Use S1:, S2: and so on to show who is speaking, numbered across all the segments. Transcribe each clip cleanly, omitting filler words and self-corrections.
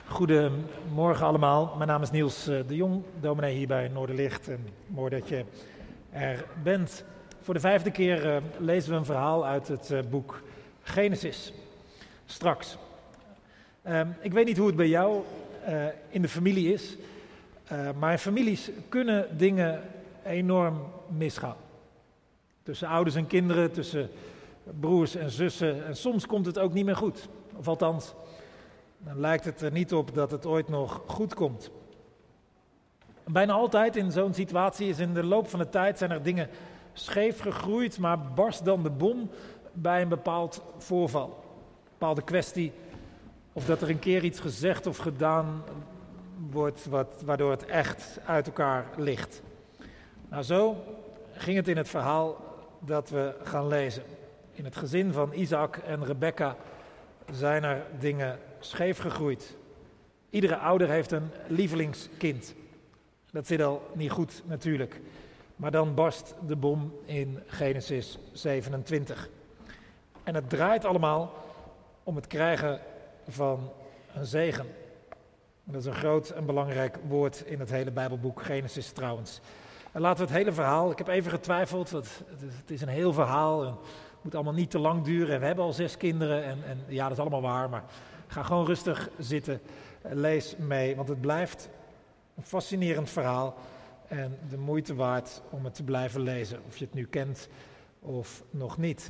S1: Goedemorgen allemaal, mijn naam is Niels de Jong, dominee hier bij Noorderlicht en mooi dat je er bent. Voor de 5e keer lezen we een verhaal uit het boek Genesis, straks. Ik weet niet hoe het bij jou in de familie is, maar in families kunnen dingen enorm misgaan. Tussen ouders en kinderen, tussen broers en zussen en soms komt het ook niet meer goed, of althans. Dan lijkt het er niet op dat het ooit nog goed komt. Bijna altijd in zo'n situatie is in de loop van de tijd zijn er dingen scheef gegroeid, maar barst dan de bom bij een bepaald voorval. Een bepaalde kwestie, of dat er een keer iets gezegd of gedaan wordt waardoor het echt uit elkaar ligt. Nou, zo ging het in het verhaal dat we gaan lezen. In het gezin van Isaac en Rebekka zijn er dingen scheef gegroeid. Iedere ouder heeft een lievelingskind. Dat zit al niet goed natuurlijk. Maar dan barst de bom in Genesis 27. En het draait allemaal om het krijgen van een zegen. Dat is een groot en belangrijk woord in het hele Bijbelboek, Genesis trouwens. En laten we het hele verhaal, ik heb even getwijfeld, het is een heel verhaal en het moet allemaal niet te lang duren. En we hebben al 6 kinderen en ja, dat is allemaal waar, maar ga gewoon rustig zitten, lees mee, want het blijft een fascinerend verhaal en de moeite waard om het te blijven lezen, of je het nu kent of nog niet.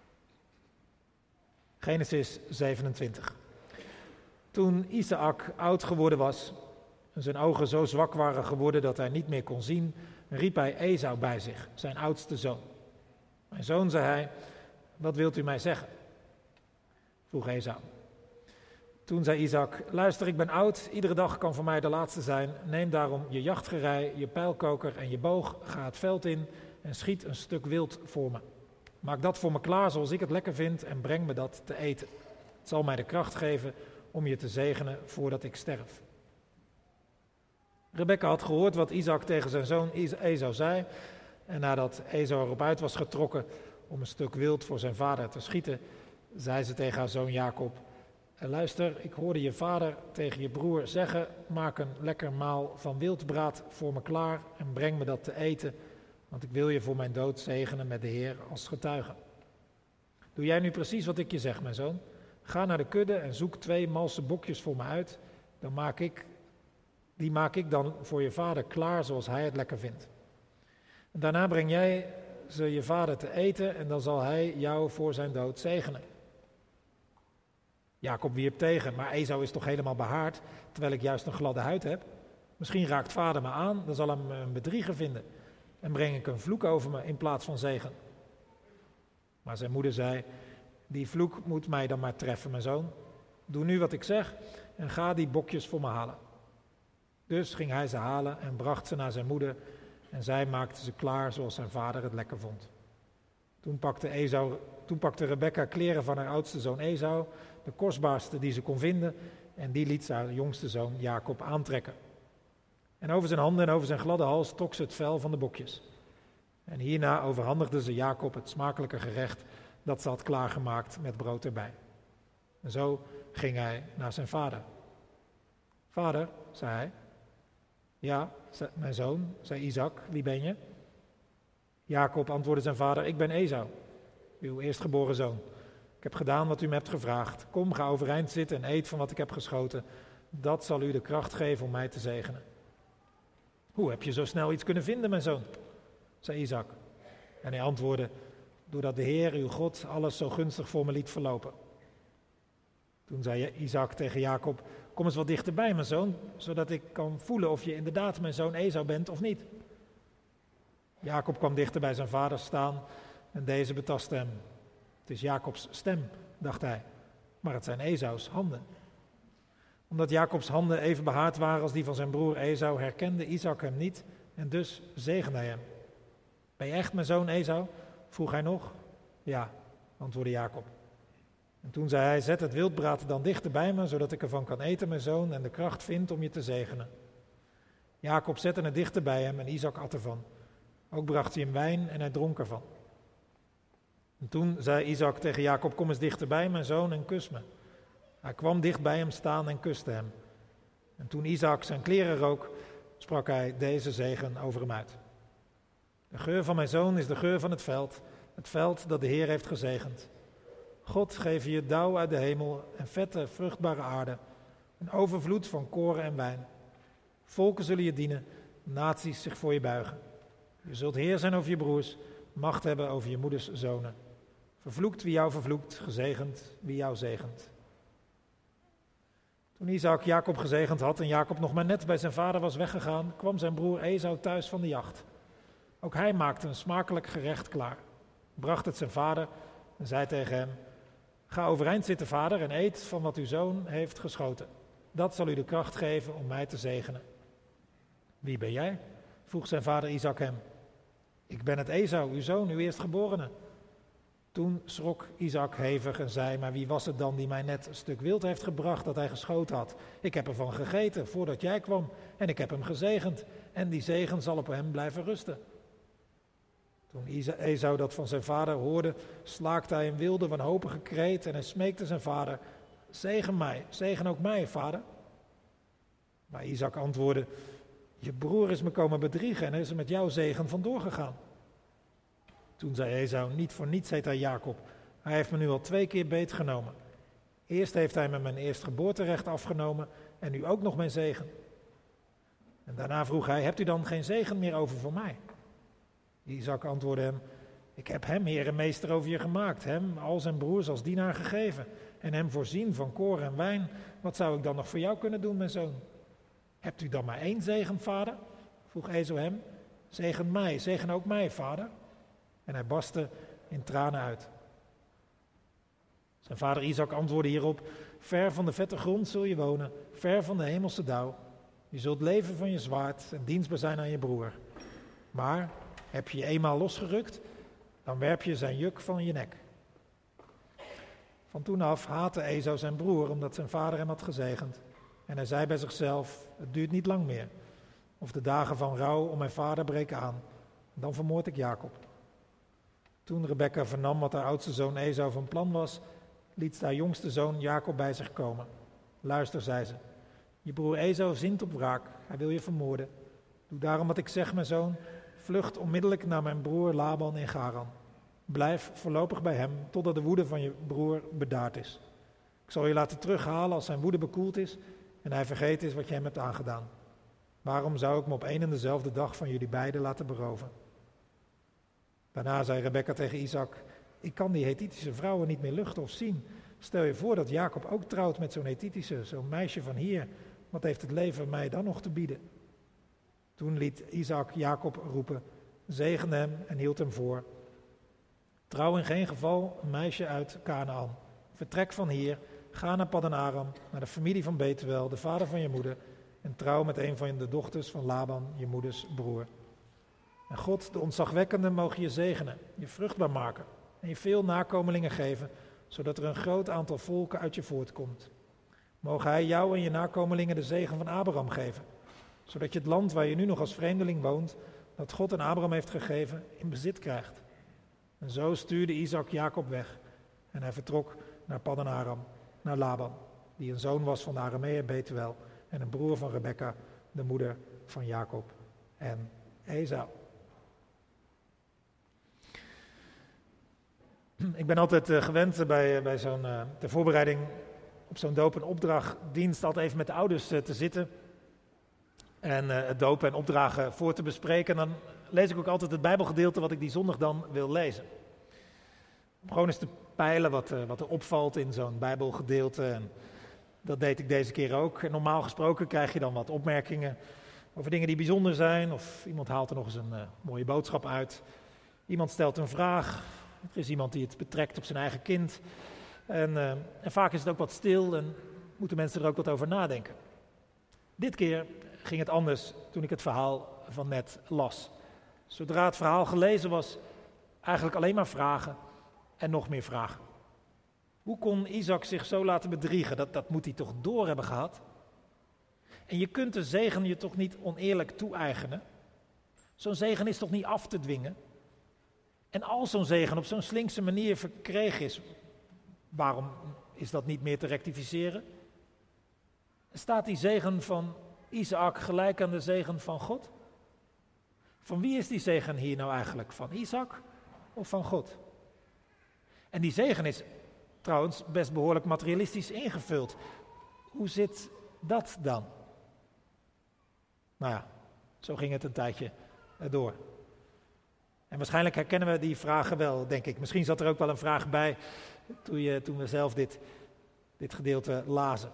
S1: Genesis 27. Toen Isaac oud geworden was en zijn ogen zo zwak waren geworden dat hij niet meer kon zien, riep hij Esau bij zich, zijn oudste zoon. Mijn zoon, zei hij, wat wilt u mij zeggen? Vroeg Esau. Toen zei Isaac, luister, ik ben oud, iedere dag kan voor mij de laatste zijn. Neem daarom je jachtgerei, je pijlkoker en je boog, ga het veld in en schiet een stuk wild voor me. Maak dat voor me klaar zoals ik het lekker vind en breng me dat te eten. Het zal mij de kracht geven om je te zegenen voordat ik sterf. Rebekka had gehoord wat Isaac tegen zijn zoon Esau zei. En nadat Esau erop uit was getrokken om een stuk wild voor zijn vader te schieten, zei ze tegen haar zoon Jacob, luister, ik hoorde je vader tegen je broer zeggen, maak een lekker maal van wildbraad voor me klaar en breng me dat te eten, want ik wil je voor mijn dood zegenen met de Heer als getuige. Doe jij nu precies wat ik je zeg, mijn zoon? Ga naar de kudde en zoek 2 malse bokjes voor me uit, die maak ik dan voor je vader klaar zoals hij het lekker vindt. En daarna breng jij ze je vader te eten en dan zal hij jou voor zijn dood zegenen. Jacob wierp tegen, maar Esau is toch helemaal behaard, terwijl ik juist een gladde huid heb? Misschien raakt vader me aan, dan zal hij me een bedrieger vinden en breng ik een vloek over me in plaats van zegen. Maar zijn moeder zei, die vloek moet mij dan maar treffen, mijn zoon. Doe nu wat ik zeg en ga die bokjes voor me halen. Dus ging hij ze halen en bracht ze naar zijn moeder en zij maakte ze klaar zoals zijn vader het lekker vond. Toen pakte Rebekka kleren van haar oudste zoon Esau, de kostbaarste die ze kon vinden, en die liet ze haar jongste zoon Jacob aantrekken. En over zijn handen en over zijn gladde hals trok ze het vel van de bokjes. En hierna overhandigde ze Jacob het smakelijke gerecht dat ze had klaargemaakt met brood erbij. En zo ging hij naar zijn vader. Vader, zei hij. Ja, mijn zoon, zei Isaac, wie ben je? Jacob antwoordde zijn vader, ik ben Esau, uw eerstgeboren zoon. Ik heb gedaan wat u me hebt gevraagd. Kom, ga overeind zitten en eet van wat ik heb geschoten. Dat zal u de kracht geven om mij te zegenen. Hoe heb je zo snel iets kunnen vinden, mijn zoon? Zei Isaac. En hij antwoordde, doordat de Heer, uw God, alles zo gunstig voor me liet verlopen. Toen zei Isaac tegen Jacob, kom eens wat dichterbij, mijn zoon, zodat ik kan voelen of je inderdaad mijn zoon Esau bent of niet. Jacob kwam dichter bij zijn vader staan en deze betastte hem. Het is Jacobs stem, dacht hij, maar het zijn Esau's handen. Omdat Jacobs handen even behaard waren als die van zijn broer Esau, herkende Isaac hem niet en dus zegende hij hem. Ben je echt mijn zoon Esau? Vroeg hij nog. Ja, antwoordde Jacob. En toen zei hij, zet het wildbraad dan dichter bij me, zodat ik ervan kan eten, mijn zoon, en de kracht vind om je te zegenen. Jacob zette het dichter bij hem en Isaac at ervan. Ook bracht hij hem wijn en hij dronk ervan. En toen zei Isaac tegen Jacob, kom eens dichterbij, mijn zoon, en kus me. Hij kwam dicht bij hem staan en kuste hem. En toen Isaac zijn kleren rook, sprak hij deze zegen over hem uit. De geur van mijn zoon is de geur van het veld dat de Heer heeft gezegend. God geef je dauw uit de hemel en vette, vruchtbare aarde, een overvloed van koren en wijn. Volken zullen je dienen, naties zich voor je buigen. Je zult heer zijn over je broers, macht hebben over je moeders zonen. Vervloekt wie jou vervloekt, gezegend wie jou zegent. Toen Isaac Jacob gezegend had en Jacob nog maar net bij zijn vader was weggegaan, kwam zijn broer Esau thuis van de jacht. Ook hij maakte een smakelijk gerecht klaar, bracht het zijn vader en zei tegen hem: Ga overeind zitten, vader, en eet van wat uw zoon heeft geschoten. Dat zal u de kracht geven om mij te zegenen. Wie ben jij? Vroeg zijn vader Isaac hem. Ik ben het Esau, uw zoon, uw eerstgeborene. Toen schrok Isaac hevig en zei: Maar wie was het dan die mij net een stuk wild heeft gebracht dat hij geschoten had? Ik heb ervan gegeten voordat jij kwam en ik heb hem gezegend. En die zegen zal op hem blijven rusten. Toen Esau dat van zijn vader hoorde, slaakte hij een wilde, wanhopige kreet en hij smeekte zijn vader: Zegen mij, zegen ook mij, vader. Maar Isaac antwoordde: Je broer is me komen bedriegen en is er met jouw zegen vandoor gegaan. Toen zei Esau: Niet voor niets heet hij Jacob. Hij heeft me nu al 2 keer beetgenomen. Eerst heeft hij me mijn eerstgeboorterecht afgenomen en nu ook nog mijn zegen. En daarna vroeg hij: Hebt u dan geen zegen meer over voor mij? Isaac antwoordde hem: Ik heb hem heer en meester over je gemaakt, hem al zijn broers als dienaar gegeven en hem voorzien van koren en wijn. Wat zou ik dan nog voor jou kunnen doen, mijn zoon? Hebt u dan maar 1 zegen, vader? Vroeg Esau hem. Zegen mij, zegen ook mij, vader. En hij barstte in tranen uit. Zijn vader Isaac antwoordde hierop: Ver van de vette grond zul je wonen, ver van de hemelse dauw. Je zult leven van je zwaard en dienstbaar zijn aan je broer. Maar heb je je eenmaal losgerukt, dan werp je zijn juk van je nek. Van toen af haatte Esau zijn broer, omdat zijn vader hem had gezegend. En hij zei bij zichzelf: Het duurt niet lang meer. Of de dagen van rouw om mijn vader breken aan. Dan vermoord ik Jacob. Toen Rebekka vernam wat haar oudste zoon Esau van plan was, liet ze haar jongste zoon Jacob bij zich komen. Luister, zei ze. Je broer Esau zint op wraak. Hij wil je vermoorden. Doe daarom wat ik zeg, mijn zoon. Vlucht onmiddellijk naar mijn broer Laban in Garan. Blijf voorlopig bij hem, totdat de woede van je broer bedaard is. Ik zal je laten terughalen als zijn woede bekoeld is en hij vergeten is wat je hem hebt aangedaan. Waarom zou ik me op één en dezelfde dag van jullie beiden laten beroven? Daarna zei Rebekka tegen Isaac: Ik kan die Hethitische vrouwen niet meer luchten of zien. Stel je voor dat Jacob ook trouwt met zo'n Hethitische, zo'n meisje van hier. Wat heeft het leven mij dan nog te bieden? Toen liet Isaac Jacob roepen, zegende hem en hield hem voor. Trouw in geen geval een meisje uit Kanaan. Vertrek van hier, ga naar Paddan Aram, naar de familie van Betuel, de vader van je moeder, en trouw met een van de dochters van Laban, je moeders broer. En God, de ontzagwekkende, mogen je zegenen, je vruchtbaar maken en je veel nakomelingen geven, zodat er een groot aantal volken uit je voortkomt. Mogen hij jou en je nakomelingen de zegen van Abraham geven, zodat je het land waar je nu nog als vreemdeling woont, dat God aan Abraham heeft gegeven, in bezit krijgt. En zo stuurde Isaac Jacob weg en hij vertrok naar Paddan Aram, naar Laban, die een zoon was van de Arameër Betuel en een broer van Rebekka, de moeder van Jacob en Esau. Ik ben altijd gewend bij zo'n ter voorbereiding op zo'n doop- en opdrachtdienst altijd even met de ouders te zitten en het dopen en opdragen voor te bespreken. En dan lees ik ook altijd het Bijbelgedeelte wat ik die zondag dan wil lezen. Om gewoon eens te peilen wat er opvalt in zo'n Bijbelgedeelte. En dat deed ik deze keer ook. En normaal gesproken krijg je dan wat opmerkingen over dingen die bijzonder zijn. Of iemand haalt er nog eens een mooie boodschap uit. Iemand stelt een vraag. Er is iemand die het betrekt op zijn eigen kind. En vaak is het ook wat stil en moeten mensen er ook wat over nadenken. Dit keer ging het anders toen ik het verhaal van net las. Zodra het verhaal gelezen was, eigenlijk alleen maar vragen en nog meer vragen. Hoe kon Isaac zich zo laten bedriegen? Dat moet hij toch door hebben gehad? En je kunt de zegen je toch niet oneerlijk toe-eigenen? Zo'n zegen is toch niet af te dwingen? En als zo'n zegen op zo'n slinkse manier verkregen is, waarom is dat niet meer te rectificeren? Staat die zegen van Isaac gelijk aan de zegen van God? Van wie is die zegen hier nou eigenlijk? Van Isaac of van God? En die zegen is trouwens best behoorlijk materialistisch ingevuld. Hoe zit dat dan? Nou ja, zo ging het een tijdje door. En waarschijnlijk herkennen we die vragen wel, denk ik. Misschien zat er ook wel een vraag bij toen we zelf dit gedeelte lazen.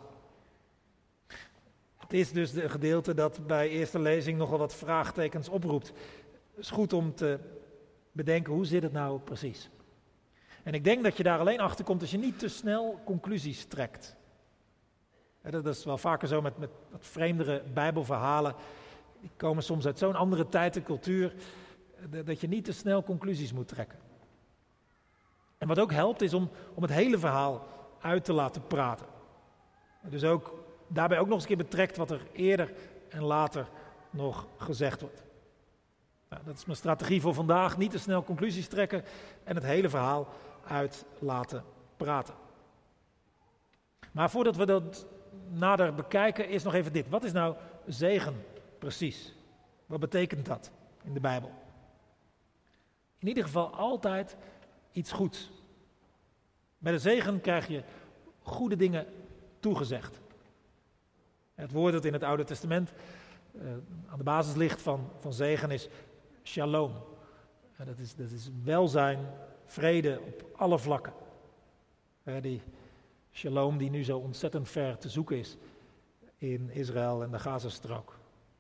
S1: Het is dus de gedeelte dat bij eerste lezing nogal wat vraagtekens oproept. Het is goed om te bedenken, hoe zit het nou precies? En ik denk dat je daar alleen achter komt als je niet te snel conclusies trekt. Dat is wel vaker zo met wat vreemdere Bijbelverhalen. Die komen soms uit zo'n andere tijd en cultuur, dat je niet te snel conclusies moet trekken. En wat ook helpt is om het hele verhaal uit te laten praten. Dus daarbij ook nog eens een keer betrekt wat er eerder en later nog gezegd wordt. Nou, dat is mijn strategie voor vandaag. Niet te snel conclusies trekken en het hele verhaal uit laten praten. Maar voordat we dat nader bekijken, eerst nog even dit. Wat is nou zegen precies? Wat betekent dat in de Bijbel? In ieder geval altijd iets goeds. Bij de zegen krijg je goede dingen toegezegd. Het woord dat in het Oude Testament aan de basis ligt van zegen is shalom. En dat is welzijn, vrede op alle vlakken. Die shalom die nu zo ontzettend ver te zoeken is in Israël en de Gazastrook.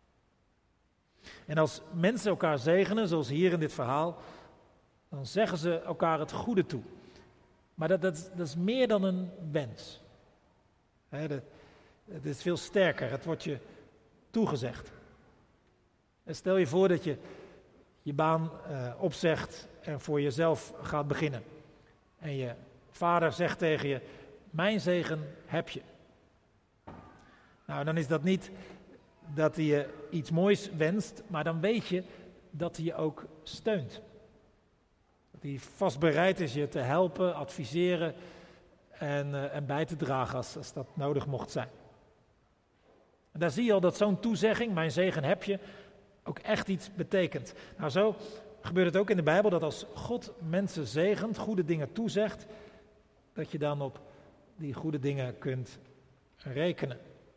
S1: En als mensen elkaar zegenen, zoals hier in dit verhaal, dan zeggen ze elkaar het goede toe. Maar dat is meer dan een wens. Het is veel sterker, het wordt je toegezegd. En stel je voor dat je je baan opzegt en voor jezelf gaat beginnen. En je vader zegt tegen je, mijn zegen heb je. Nou, dan is dat niet dat hij je iets moois wenst, maar dan weet je dat hij je ook steunt. Dat hij vast bereid is je te helpen, adviseren en bij te dragen als dat nodig mocht zijn. En daar zie je al dat zo'n toezegging, mijn zegen heb je, ook echt iets betekent. Nou, zo gebeurt het ook in de Bijbel dat als God mensen zegent, goede dingen toezegt, dat je dan op die goede dingen kunt rekenen.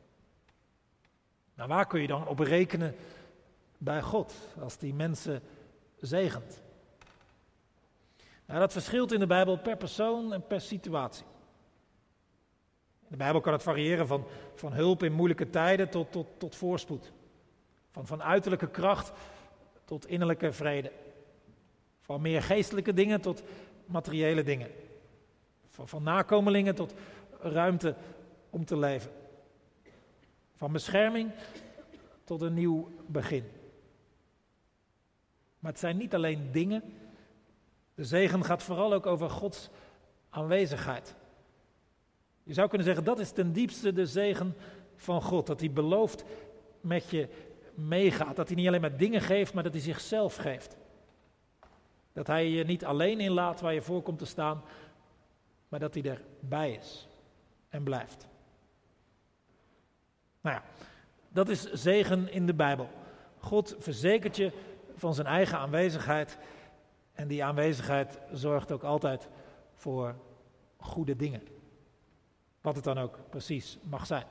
S1: Nou, waar kun je dan op rekenen bij God als die mensen zegent? Nou, dat verschilt in de Bijbel per persoon en per situatie. In de Bijbel kan het variëren van hulp in moeilijke tijden tot voorspoed. Van uiterlijke kracht tot innerlijke vrede. Van meer geestelijke dingen tot materiële dingen. Van nakomelingen tot ruimte om te leven. Van bescherming tot een nieuw begin. Maar het zijn niet alleen dingen. De zegen gaat vooral ook over Gods aanwezigheid. Je zou kunnen zeggen, dat is ten diepste de zegen van God. Dat hij belooft met je meegaat. Dat hij niet alleen maar dingen geeft, maar dat hij zichzelf geeft. Dat hij je niet alleen inlaat waar je voor komt te staan, maar dat hij erbij is en blijft. Nou ja, dat is zegen in de Bijbel. God verzekert je van zijn eigen aanwezigheid en die aanwezigheid zorgt ook altijd voor goede dingen. Wat het dan ook precies mag zijn.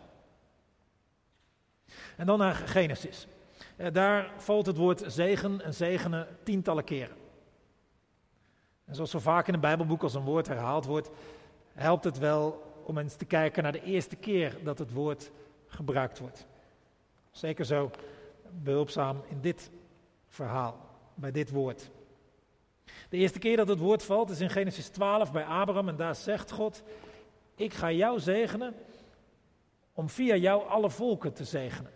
S1: En dan naar Genesis. Daar valt het woord zegen en zegenen tientallen keren. En zoals zo vaak in een Bijbelboek als een woord herhaald wordt, helpt het wel om eens te kijken naar de eerste keer dat het woord gebruikt wordt. Zeker zo behulpzaam in dit verhaal, bij dit woord. De eerste keer dat het woord valt is in Genesis 12 bij Abraham en daar zegt God, ik ga jou zegenen om via jou alle volken te zegenen.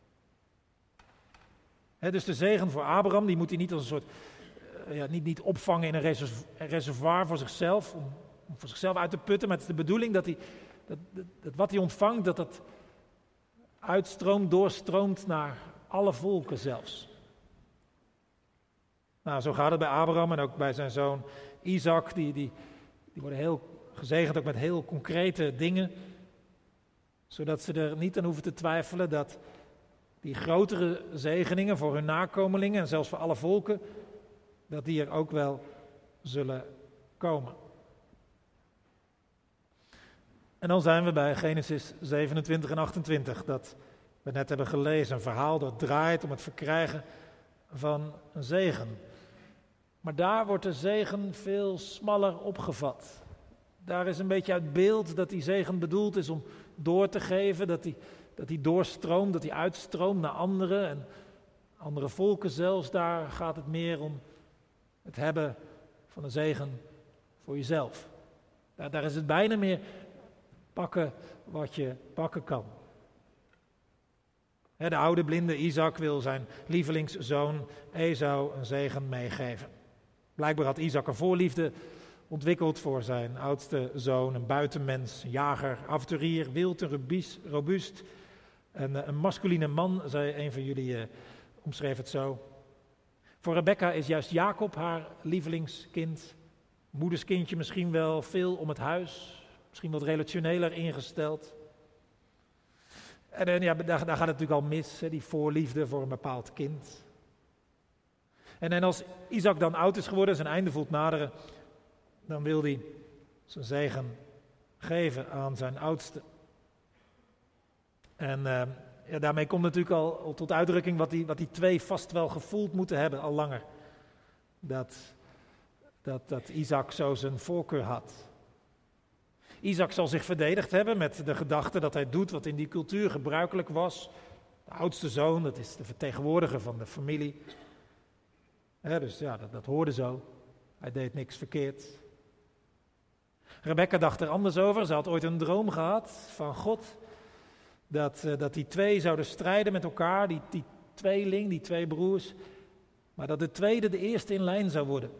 S1: Dus de zegen voor Abraham, die moet hij niet als een soort, niet opvangen in een reservoir voor zichzelf, om voor zichzelf uit te putten, maar het is de bedoeling dat wat hij ontvangt, dat uitstroomt, doorstroomt naar alle volken zelfs. Nou, zo gaat het bij Abraham en ook bij zijn zoon Isaac, die worden heel gezegend ook met heel concrete dingen. Zodat ze er niet aan hoeven te twijfelen dat die grotere zegeningen voor hun nakomelingen en zelfs voor alle volken, dat die er ook wel zullen komen. En dan zijn we bij Genesis 27 en 28, dat we net hebben gelezen. Een verhaal dat draait om het verkrijgen van een zegen. Maar daar wordt de zegen veel smaller opgevat. Daar is een beetje uit beeld dat die zegen bedoeld is om door te geven, dat die doorstroomt, dat die uitstroomt naar anderen en andere volken zelfs. Daar gaat het meer om het hebben van een zegen voor jezelf. Daar is het bijna meer pakken wat je pakken kan. De oude blinde Isaac wil zijn lievelingszoon Esau een zegen meegeven. Blijkbaar had Isaac een voorliefde ontwikkeld voor zijn oudste zoon, een buitenmens, een jager, avonturier, wild en robuust. Een masculine man, zei een van jullie, omschreef het zo. Voor Rebekka is juist Jacob haar lievelingskind. Moederskindje misschien wel, veel om het huis, misschien wat relationeler ingesteld. En daar gaat het natuurlijk al mis, die voorliefde voor een bepaald kind. En als Isaac dan oud is geworden, zijn einde voelt naderen, dan wil hij zijn zegen geven aan zijn oudste. En daarmee komt natuurlijk al tot uitdrukking wat die twee vast wel gevoeld moeten hebben, al langer. Dat Isaac zo zijn voorkeur had. Isaac zal zich verdedigd hebben met de gedachte dat hij doet wat in die cultuur gebruikelijk was. De oudste zoon, dat is de vertegenwoordiger van de familie. Dus ja, dat hoorde zo. Hij deed niks verkeerd. Rebekka dacht er anders over. Ze had ooit een droom gehad van God. Dat die twee zouden strijden met elkaar, die tweeling, die twee broers. Maar dat de tweede de eerste in lijn zou worden.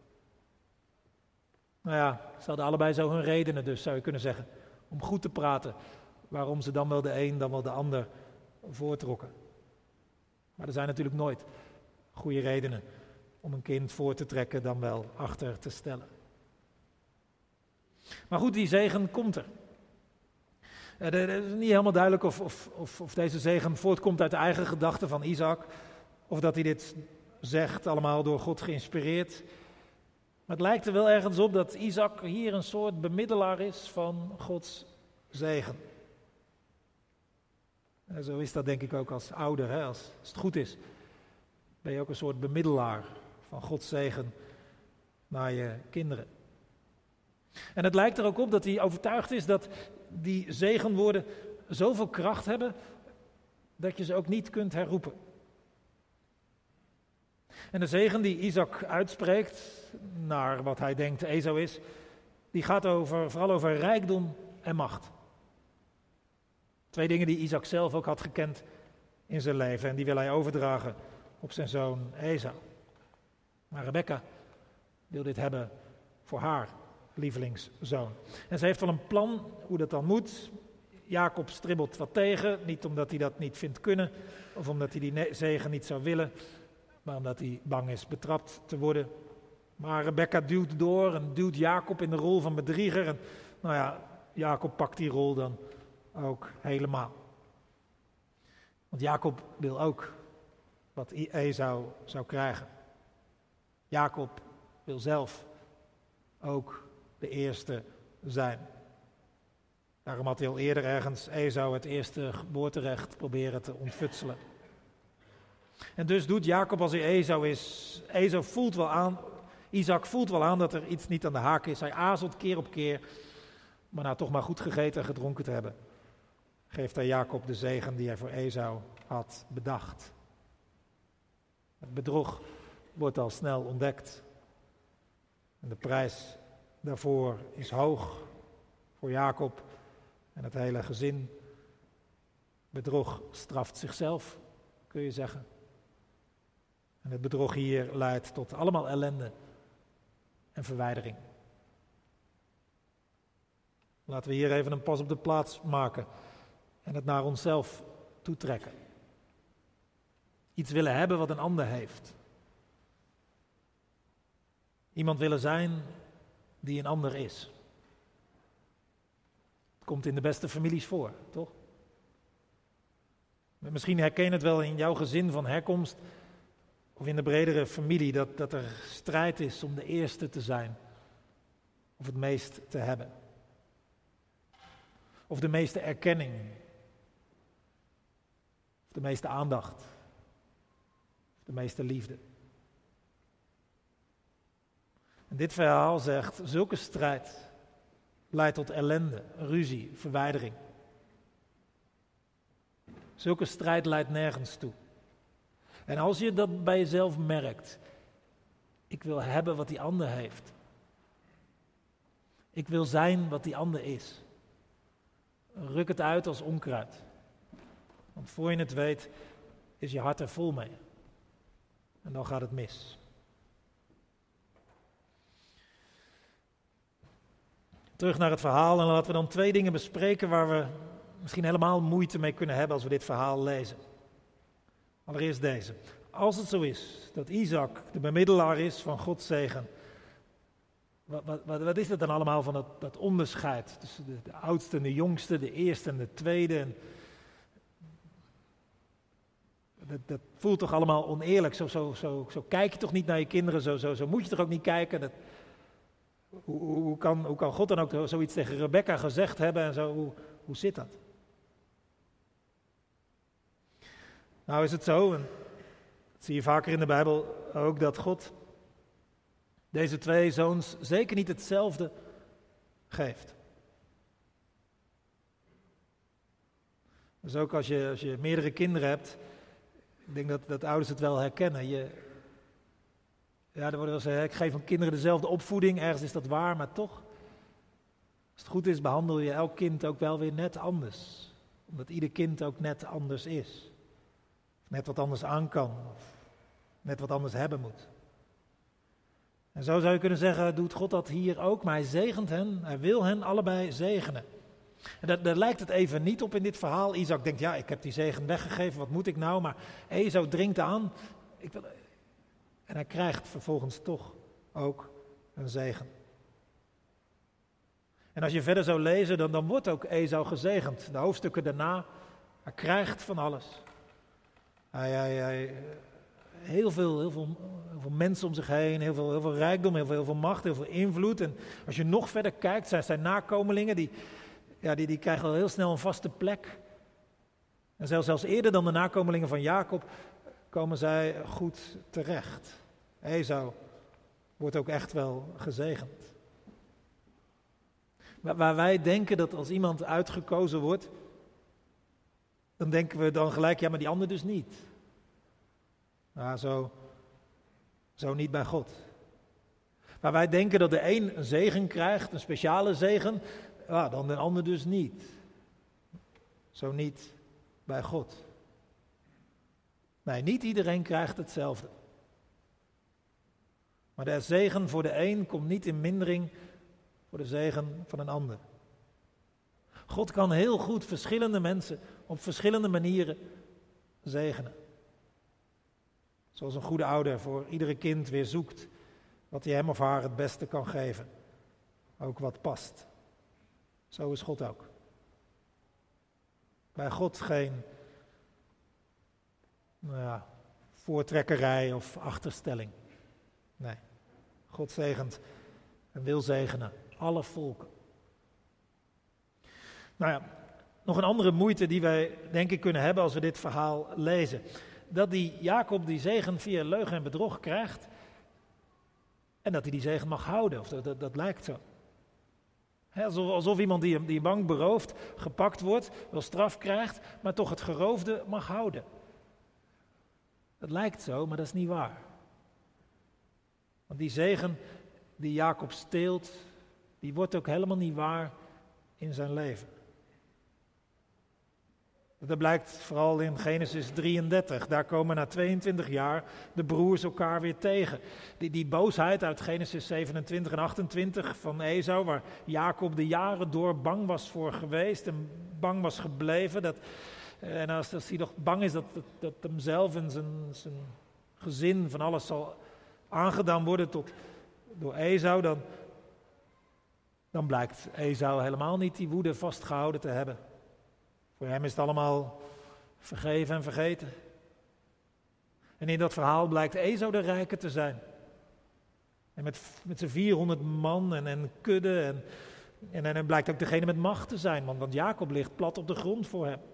S1: Nou ja, ze hadden allebei zo hun redenen dus, zou je kunnen zeggen. Om goed te praten. Waarom ze dan wel de een, dan wel de ander voortrokken. Maar er zijn natuurlijk nooit goede redenen om een kind voor te trekken dan wel achter te stellen. Maar goed, die zegen komt er. Het is niet helemaal duidelijk of deze zegen voortkomt uit de eigen gedachten van Isaac. Of dat hij dit zegt, allemaal door God geïnspireerd. Maar het lijkt er wel ergens op dat Isaac hier een soort bemiddelaar is van Gods zegen. En zo is dat denk ik ook als ouder. Als het goed is, ben je ook een soort bemiddelaar van Gods zegen naar je kinderen. En het lijkt er ook op dat hij overtuigd is dat die zegenwoorden zoveel kracht hebben dat je ze ook niet kunt herroepen. En de zegen die Isaac uitspreekt, naar wat hij denkt Esau is, die gaat vooral over rijkdom en macht. Twee dingen die Isaac zelf ook had gekend in zijn leven en die wil hij overdragen op zijn zoon Esau. Maar Rebekka wil dit hebben voor haar lievelingszoon. En ze heeft wel een plan hoe dat dan moet. Jacob stribbelt wat tegen, niet omdat hij dat niet vindt kunnen of omdat hij die zegen niet zou willen, maar omdat hij bang is betrapt te worden. Maar Rebekka duwt door en duwt Jacob in de rol van bedrieger. En nou ja, Jacob pakt die rol dan ook helemaal. Want Jacob wil ook wat Esau zou krijgen. Jacob wil zelf ook de eerste zijn. Daarom had hij al eerder ergens Esau het eerste geboorterecht proberen te ontfutselen. En dus doet Jacob als hij Esau is. Isaac voelt wel aan dat er iets niet aan de haak is. Hij aarzelt keer op keer. Maar na toch maar goed gegeten en gedronken te hebben, geeft hij Jacob de zegen die hij voor Esau had bedacht. Het bedrog wordt al snel ontdekt. En de prijs daarvoor is hoog voor Jacob en het hele gezin. Bedrog straft zichzelf, kun je zeggen. En het bedrog hier leidt tot allemaal ellende en verwijdering. Laten we hier even een pas op de plaats maken en het naar onszelf toetrekken. Iets willen hebben wat een ander heeft. Iemand willen zijn die een ander is. Het komt in de beste families voor, toch? Misschien herken je het wel in jouw gezin van herkomst of in de bredere familie, dat er strijd is om de eerste te zijn of het meest te hebben. Of de meeste erkenning, of de meeste aandacht, of de meeste liefde. En dit verhaal zegt, zulke strijd leidt tot ellende, ruzie, verwijdering. Zulke strijd leidt nergens toe. En als je dat bij jezelf merkt, ik wil hebben wat die ander heeft. Ik wil zijn wat die ander is. Ruk het uit als onkruid. Want voor je het weet, is je hart er vol mee. En dan gaat het mis. Terug naar het verhaal en laten we dan 2 dingen bespreken waar we misschien helemaal moeite mee kunnen hebben als we dit verhaal lezen. Allereerst deze. Als het zo is dat Isaac de bemiddelaar is van Gods zegen, wat is dat dan allemaal van dat onderscheid tussen de oudste en de jongste, de eerste en de tweede? En dat voelt toch allemaal oneerlijk. Zo kijk je toch niet naar je kinderen, zo moet je toch ook niet kijken. Hoe kan God dan ook zoiets tegen Rebecca gezegd hebben en zo? Hoe zit dat? Nou is het zo, en dat zie je vaker in de Bijbel ook, dat God deze 2 zoons zeker niet hetzelfde geeft. Dus ook als je meerdere kinderen hebt, ik denk dat ouders het wel herkennen. Er wordt wel gezegd, ik geef aan kinderen dezelfde opvoeding, ergens is dat waar, maar toch, als het goed is, behandel je elk kind ook wel weer net anders. Omdat ieder kind ook net anders is. Net wat anders aan kan, of net wat anders hebben moet. En zo zou je kunnen zeggen, doet God dat hier ook, maar hij zegent hen, hij wil hen allebei zegenen. En daar lijkt het even niet op in dit verhaal. Isaac denkt, ja, ik heb die zegen weggegeven, wat moet ik nou? Maar Esau dringt aan, en hij krijgt vervolgens toch ook een zegen. En als je verder zou lezen, dan wordt ook Esau gezegend. De hoofdstukken daarna, hij krijgt van alles. Hij heel veel mensen om zich heen, heel veel rijkdom, heel veel macht, heel veel invloed. En als je nog verder kijkt, zijn nakomelingen, die krijgen al heel snel een vaste plek. En zelfs eerder dan de nakomelingen van Jacob komen zij goed terecht. Esau wordt ook echt wel gezegend. Waar wij denken dat als iemand uitgekozen wordt, dan denken we dan gelijk, ja, maar die ander dus niet. Nou, zo niet bij God. Waar wij denken dat de een zegen krijgt, een speciale zegen, ja, dan de ander dus niet. Zo niet bij God. Nee, niet iedereen krijgt hetzelfde. Maar de zegen voor de een komt niet in mindering voor de zegen van een ander. God kan heel goed verschillende mensen op verschillende manieren zegenen. Zoals een goede ouder voor iedere kind weer zoekt wat hij hem of haar het beste kan geven. Ook wat past. Zo is God ook. Bij God geen voortrekkerij of achterstelling. Nee, God zegent en wil zegenen alle volken. Nou ja, nog een andere moeite die wij denk ik kunnen hebben als we dit verhaal lezen. Dat die Jacob die zegen via leugen en bedrog krijgt en dat hij die zegen mag houden. Of dat lijkt zo. Alsof iemand die een bank berooft, gepakt wordt, wel straf krijgt, maar toch het geroofde mag houden. Dat lijkt zo, maar dat is niet waar. Want die zegen die Jacob steelt, die wordt ook helemaal niet waar in zijn leven. Dat blijkt vooral in Genesis 33. Daar komen na 22 jaar de broers elkaar weer tegen. Die boosheid uit Genesis 27 en 28 van Esau, waar Jacob de jaren door bang was voor geweest en bang was gebleven. En als hij nog bang is dat hemzelf en zijn gezin van alles zal aangedaan worden door Esau, dan blijkt Esau helemaal niet die woede vastgehouden te hebben. Voor hem is het allemaal vergeven en vergeten. En in dat verhaal blijkt Esau de rijke te zijn. En met zijn 400 man en kudde en blijkt ook degene met macht te zijn, want Jacob ligt plat op de grond voor hem.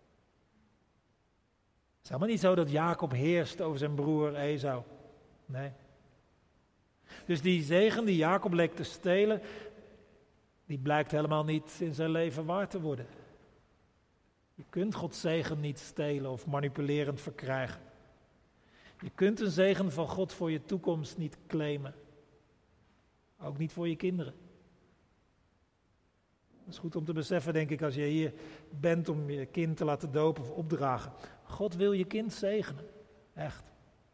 S1: Het is helemaal niet zo dat Jacob heerst over zijn broer Esau. Nee. Dus die zegen die Jacob leek te stelen, die blijkt helemaal niet in zijn leven waar te worden. Je kunt Gods zegen niet stelen of manipulerend verkrijgen. Je kunt een zegen van God voor je toekomst niet claimen. Ook niet voor je kinderen. Dat is goed om te beseffen, denk ik, als je hier bent om je kind te laten dopen of opdragen. God wil je kind zegenen. Echt.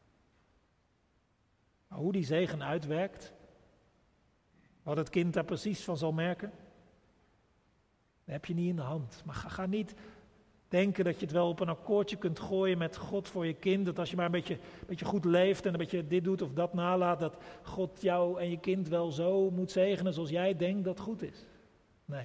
S1: Maar hoe die zegen uitwerkt, wat het kind daar precies van zal merken, dat heb je niet in de hand. Maar ga niet denken dat je het wel op een akkoordje kunt gooien met God voor je kind. Dat als je maar een beetje goed leeft en een beetje dit doet of dat nalaat, dat God jou en je kind wel zo moet zegenen zoals jij denkt dat goed is. Nee.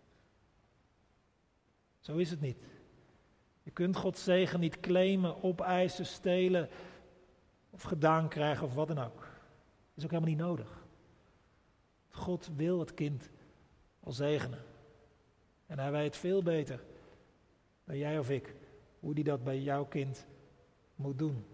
S1: Zo is het niet. Je kunt Gods zegen niet claimen, opeisen, stelen of gedaan krijgen of wat dan ook. Dat is ook helemaal niet nodig. God wil het kind al zegenen. En hij weet veel beter dan jij of ik hoe hij dat bij jouw kind moet doen.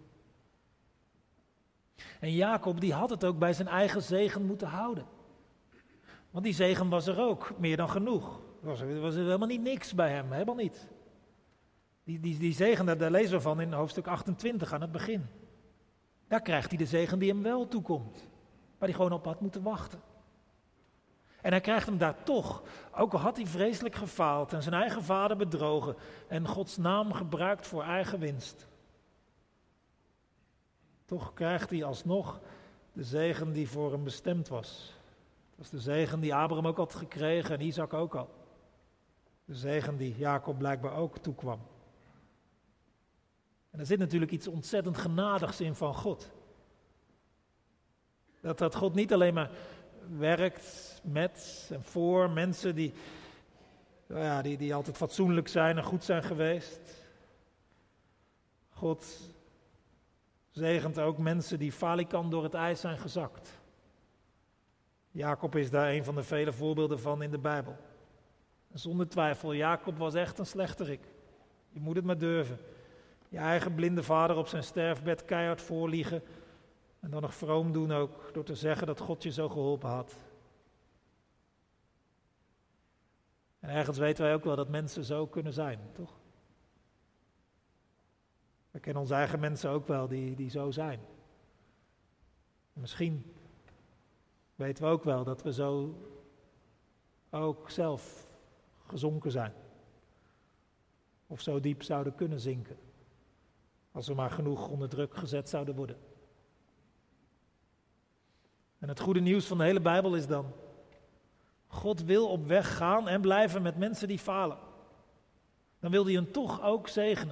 S1: En Jacob die had het ook bij zijn eigen zegen moeten houden. Want die zegen was er ook, meer dan genoeg. Er was helemaal niet niks bij hem, helemaal niet. Die zegen, daar lezen we van in hoofdstuk 28 aan het begin. Daar krijgt hij de zegen die hem wel toekomt. Waar hij gewoon op had moeten wachten. En hij krijgt hem daar toch, ook al had hij vreselijk gefaald en zijn eigen vader bedrogen en Gods naam gebruikt voor eigen winst. Toch krijgt hij alsnog de zegen die voor hem bestemd was. Dat was de zegen die Abraham ook had gekregen en Isaac ook al. De zegen die Jacob blijkbaar ook toekwam. En er zit natuurlijk iets ontzettend genadigs in van God. Dat God niet alleen maar werkt met en voor mensen die altijd fatsoenlijk zijn en goed zijn geweest. God zegent ook mensen die falikant door het ijs zijn gezakt. Jacob is daar een van de vele voorbeelden van in de Bijbel. En zonder twijfel, Jacob was echt een slechterik. Je moet het maar durven. Je eigen blinde vader op zijn sterfbed keihard voorliegen. En dan nog vroom doen ook, door te zeggen dat God je zo geholpen had. En ergens weten wij ook wel dat mensen zo kunnen zijn, toch? We kennen onze eigen mensen ook wel die zo zijn. En misschien weten we ook wel dat we zo ook zelf gezonken zijn. Of zo diep zouden kunnen zinken. Als we maar genoeg onder druk gezet zouden worden. En het goede nieuws van de hele Bijbel is dan: God wil op weg gaan en blijven met mensen die falen. Dan wil hij hen toch ook zegenen.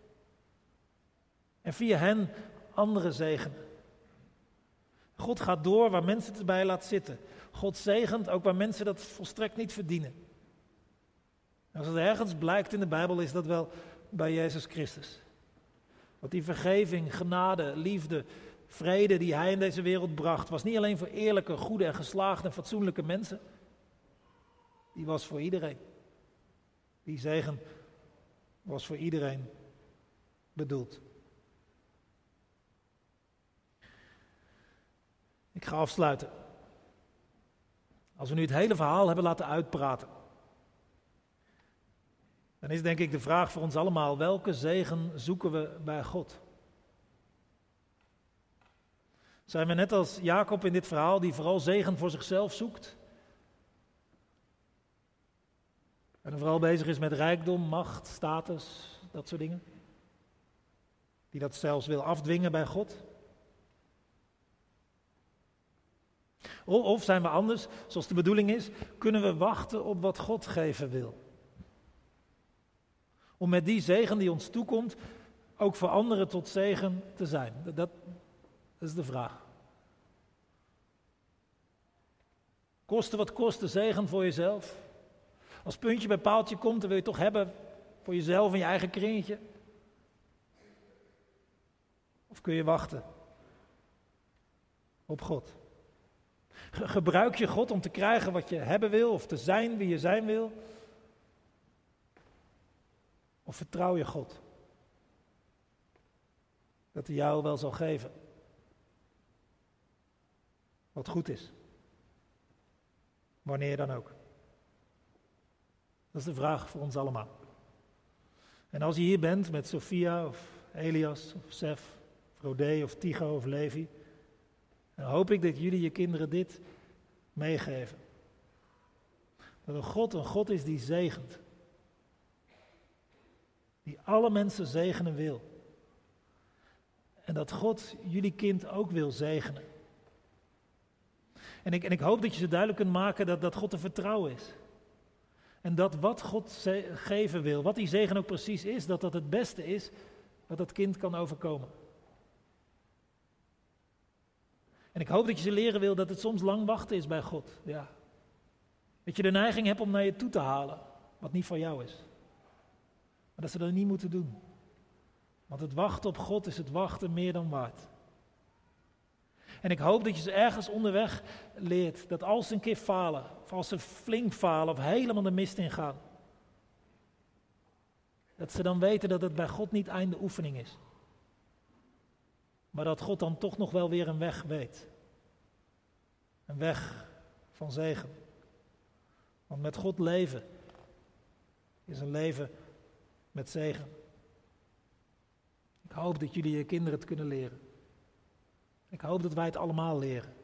S1: En via hen anderen zegenen. God gaat door waar mensen het erbij laat zitten. God zegent ook waar mensen dat volstrekt niet verdienen. En als het ergens blijkt in de Bijbel, is dat wel bij Jezus Christus. Want die vergeving, genade, liefde, vrede die hij in deze wereld bracht, was niet alleen voor eerlijke, goede en geslaagde en fatsoenlijke mensen. Die was voor iedereen. Die zegen was voor iedereen bedoeld. Ik ga afsluiten. Als we nu het hele verhaal hebben laten uitpraten, dan is denk ik de vraag voor ons allemaal: welke zegen zoeken we bij God? Zijn we net als Jacob in dit verhaal, die vooral zegen voor zichzelf zoekt? En vooral bezig is met rijkdom, macht, status, dat soort dingen? Die dat zelfs wil afdwingen bij God? Of zijn we anders, zoals de bedoeling is, kunnen we wachten op wat God geven wil? Om met die zegen die ons toekomt, ook voor anderen tot zegen te zijn. Dat is de vraag. Koste wat kost de zegen voor jezelf? Als puntje bij paaltje komt, dan wil je toch hebben voor jezelf en je eigen kringetje. Of kun je wachten op God? Gebruik je God om te krijgen wat je hebben wil of te zijn wie je zijn wil? Of vertrouw je God dat hij jou wel zal geven wat goed is? Wanneer dan ook. Dat is de vraag voor ons allemaal. En als je hier bent met Sophia of Elias of Sef of Rodé of Tigo of Levi, dan hoop ik dat jullie je kinderen dit meegeven. Dat een God is die zegent. Die alle mensen zegenen wil. En dat God jullie kind ook wil zegenen. En ik hoop dat je ze duidelijk kunt maken dat God te vertrouwen is. En dat wat God geven wil, wat die zegen ook precies is, dat het beste is wat dat kind kan overkomen. En ik hoop dat je ze leren wil dat het soms lang wachten is bij God. Ja. Dat je de neiging hebt om naar je toe te halen wat niet van jou is. Maar dat ze dat niet moeten doen. Want het wachten op God is het wachten meer dan waard. En ik hoop dat je ze ergens onderweg leert dat als ze een keer falen, of als ze flink falen of helemaal de mist ingaan, dat ze dan weten dat het bij God niet einde oefening is. Maar dat God dan toch nog wel weer een weg weet. Een weg van zegen. Want met God leven is een leven met zegen. Ik hoop dat jullie je kinderen het kunnen leren. Ik hoop dat wij het allemaal leren.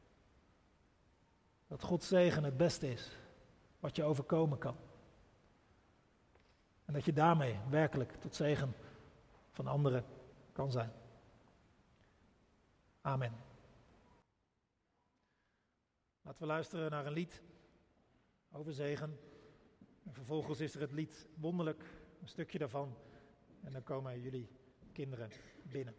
S1: Dat Gods zegen het beste is wat je overkomen kan. En dat je daarmee werkelijk tot zegen van anderen kan zijn. Amen. Laten we luisteren naar een lied over zegen. En vervolgens is er het lied Wonderlijk, een stukje daarvan. En dan komen jullie kinderen binnen.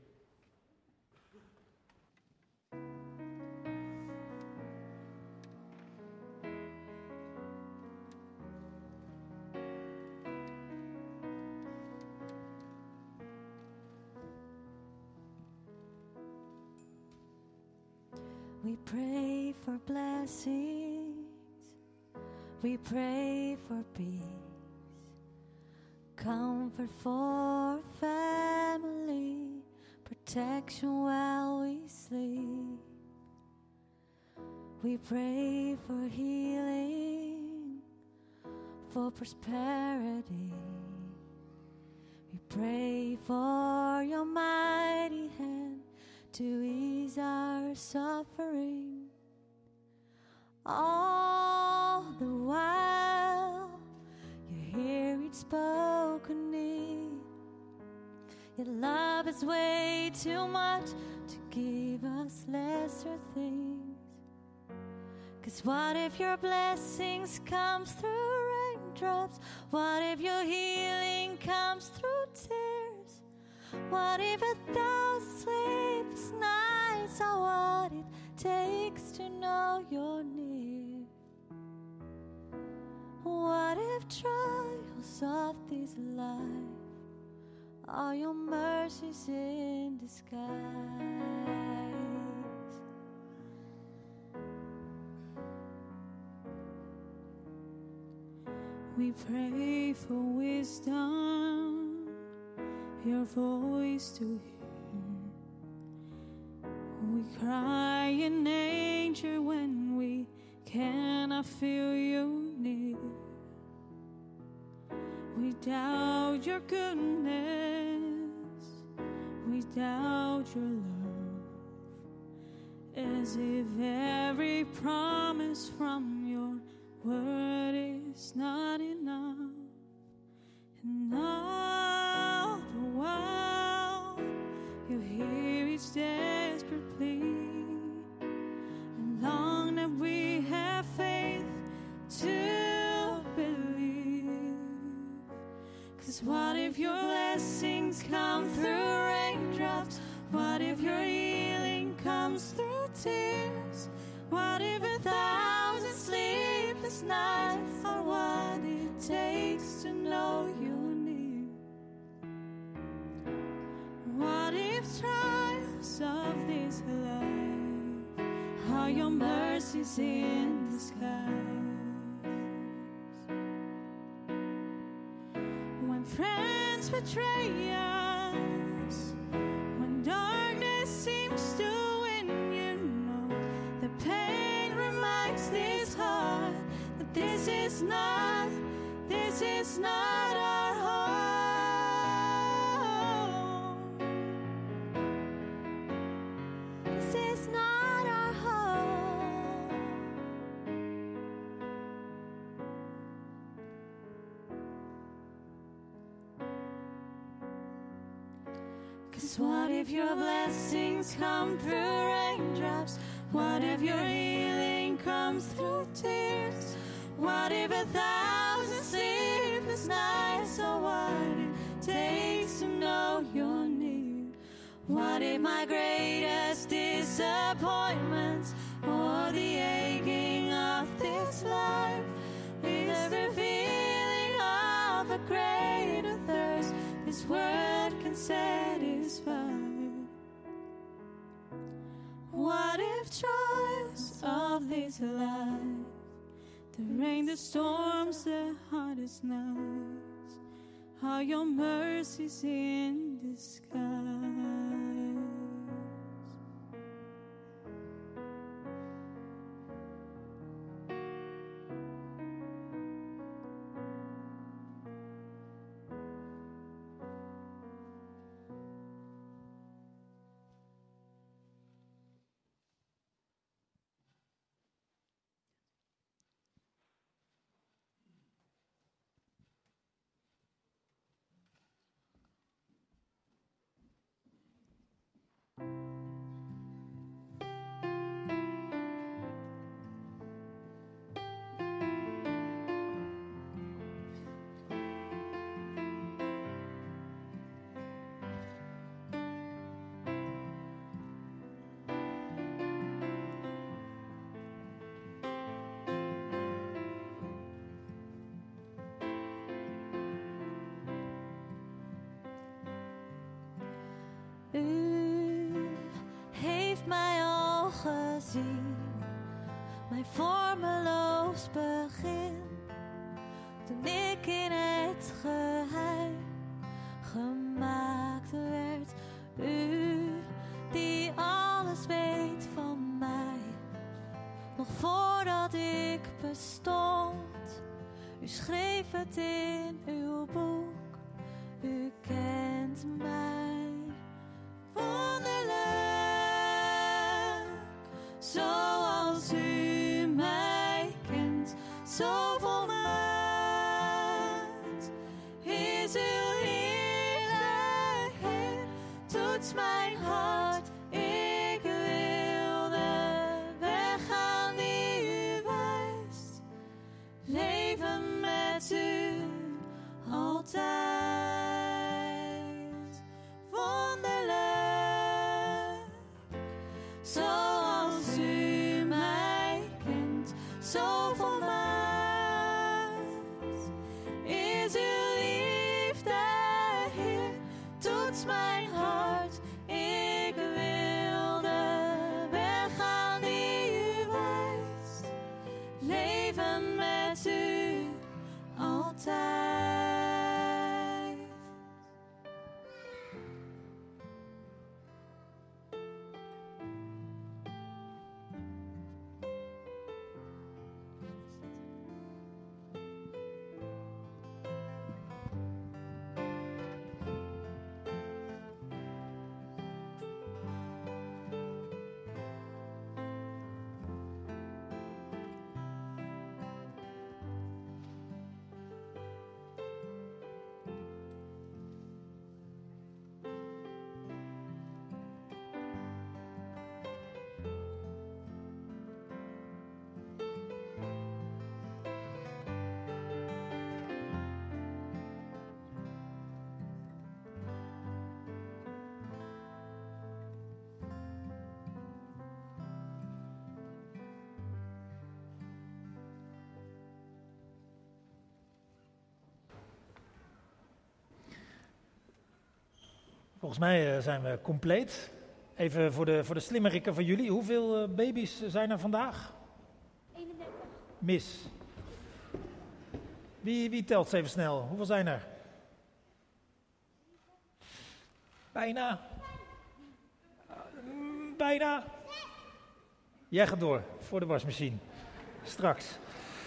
S2: We pray for blessings, we pray for peace, comfort for family, protection while we sleep. We pray for healing, for prosperity. We pray for your mighty hand to ease our suffering. All the while you hear each spoken need. Your love is way too much to give us lesser things. 'Cause what if your blessings comes through raindrops? What if your healing comes through tears? What if 1,000 sleepless nights are what it takes to know you're near? What if trials of this life are your mercies in disguise?
S3: We pray for wisdom, your voice to hear. We cry in nature when we cannot feel you near. We doubt your goodness, we doubt your love, as if every promise from your word is not enough. And all the while you hear each desperate plea, and long that we have faith to believe. 'Cause what if your blessings come through raindrops? What if your healing comes through tears? What if 1,000 sleepless nights are what it takes to know you're near? What if trials your mercies in disguise. When friends betray us, when darkness seems to win, you know the pain reminds this heart that this is not our home.
S2: This is not our home. 'Cause what if your blessings come through raindrops? What if your healing comes through tears? What if 1,000 sleepless nights are what it takes to know you're near? What if my greatest disappointments or the aching of this life is the revealing of a greater thirst this word can satisfy? What if trials of this life, the rain, the storms, the hardest nights, are your mercies in disguise? U heeft mij al gezien, mijn vormeloos begin, toen ik in het geheim gemaakt werd. U die alles weet van mij, nog voordat ik bestond. U schreef het in uw boek, u kent mij. Wonderlijk, zoals u mij kent, zo volmaakt is uw liefde, Heer, toets mijn hart. Ik wil de weg gaan die u wijst, leven met u altijd. Zoals u mij kent, zo volmaakt is uw liefde, Heer, toets mijn hart. Ik wil de weg gaan die u wijst, leven met u altijd.
S1: Volgens mij zijn we compleet. Even voor de slimmerikken van jullie. Hoeveel baby's zijn er vandaag?
S2: 31.
S1: Mis. Wie telt ze even snel? Hoeveel zijn er? Bijna. Bijna. Jij gaat door voor de wasmachine. Straks.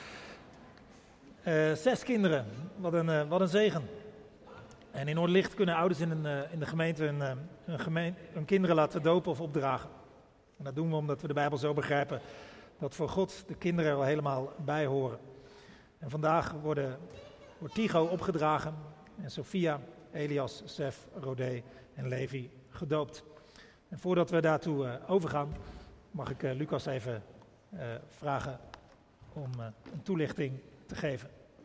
S1: 6 kinderen. Wat een zegen. En in Noorderlicht kunnen ouders in de gemeente hun kinderen laten dopen of opdragen. En dat doen we omdat we de Bijbel zo begrijpen dat voor God de kinderen er al helemaal bij horen. En vandaag wordt Tigo opgedragen en Sophia, Elias, Sef, Rodé en Levi gedoopt. En voordat we daartoe overgaan, mag ik Lucas even vragen om een toelichting te geven.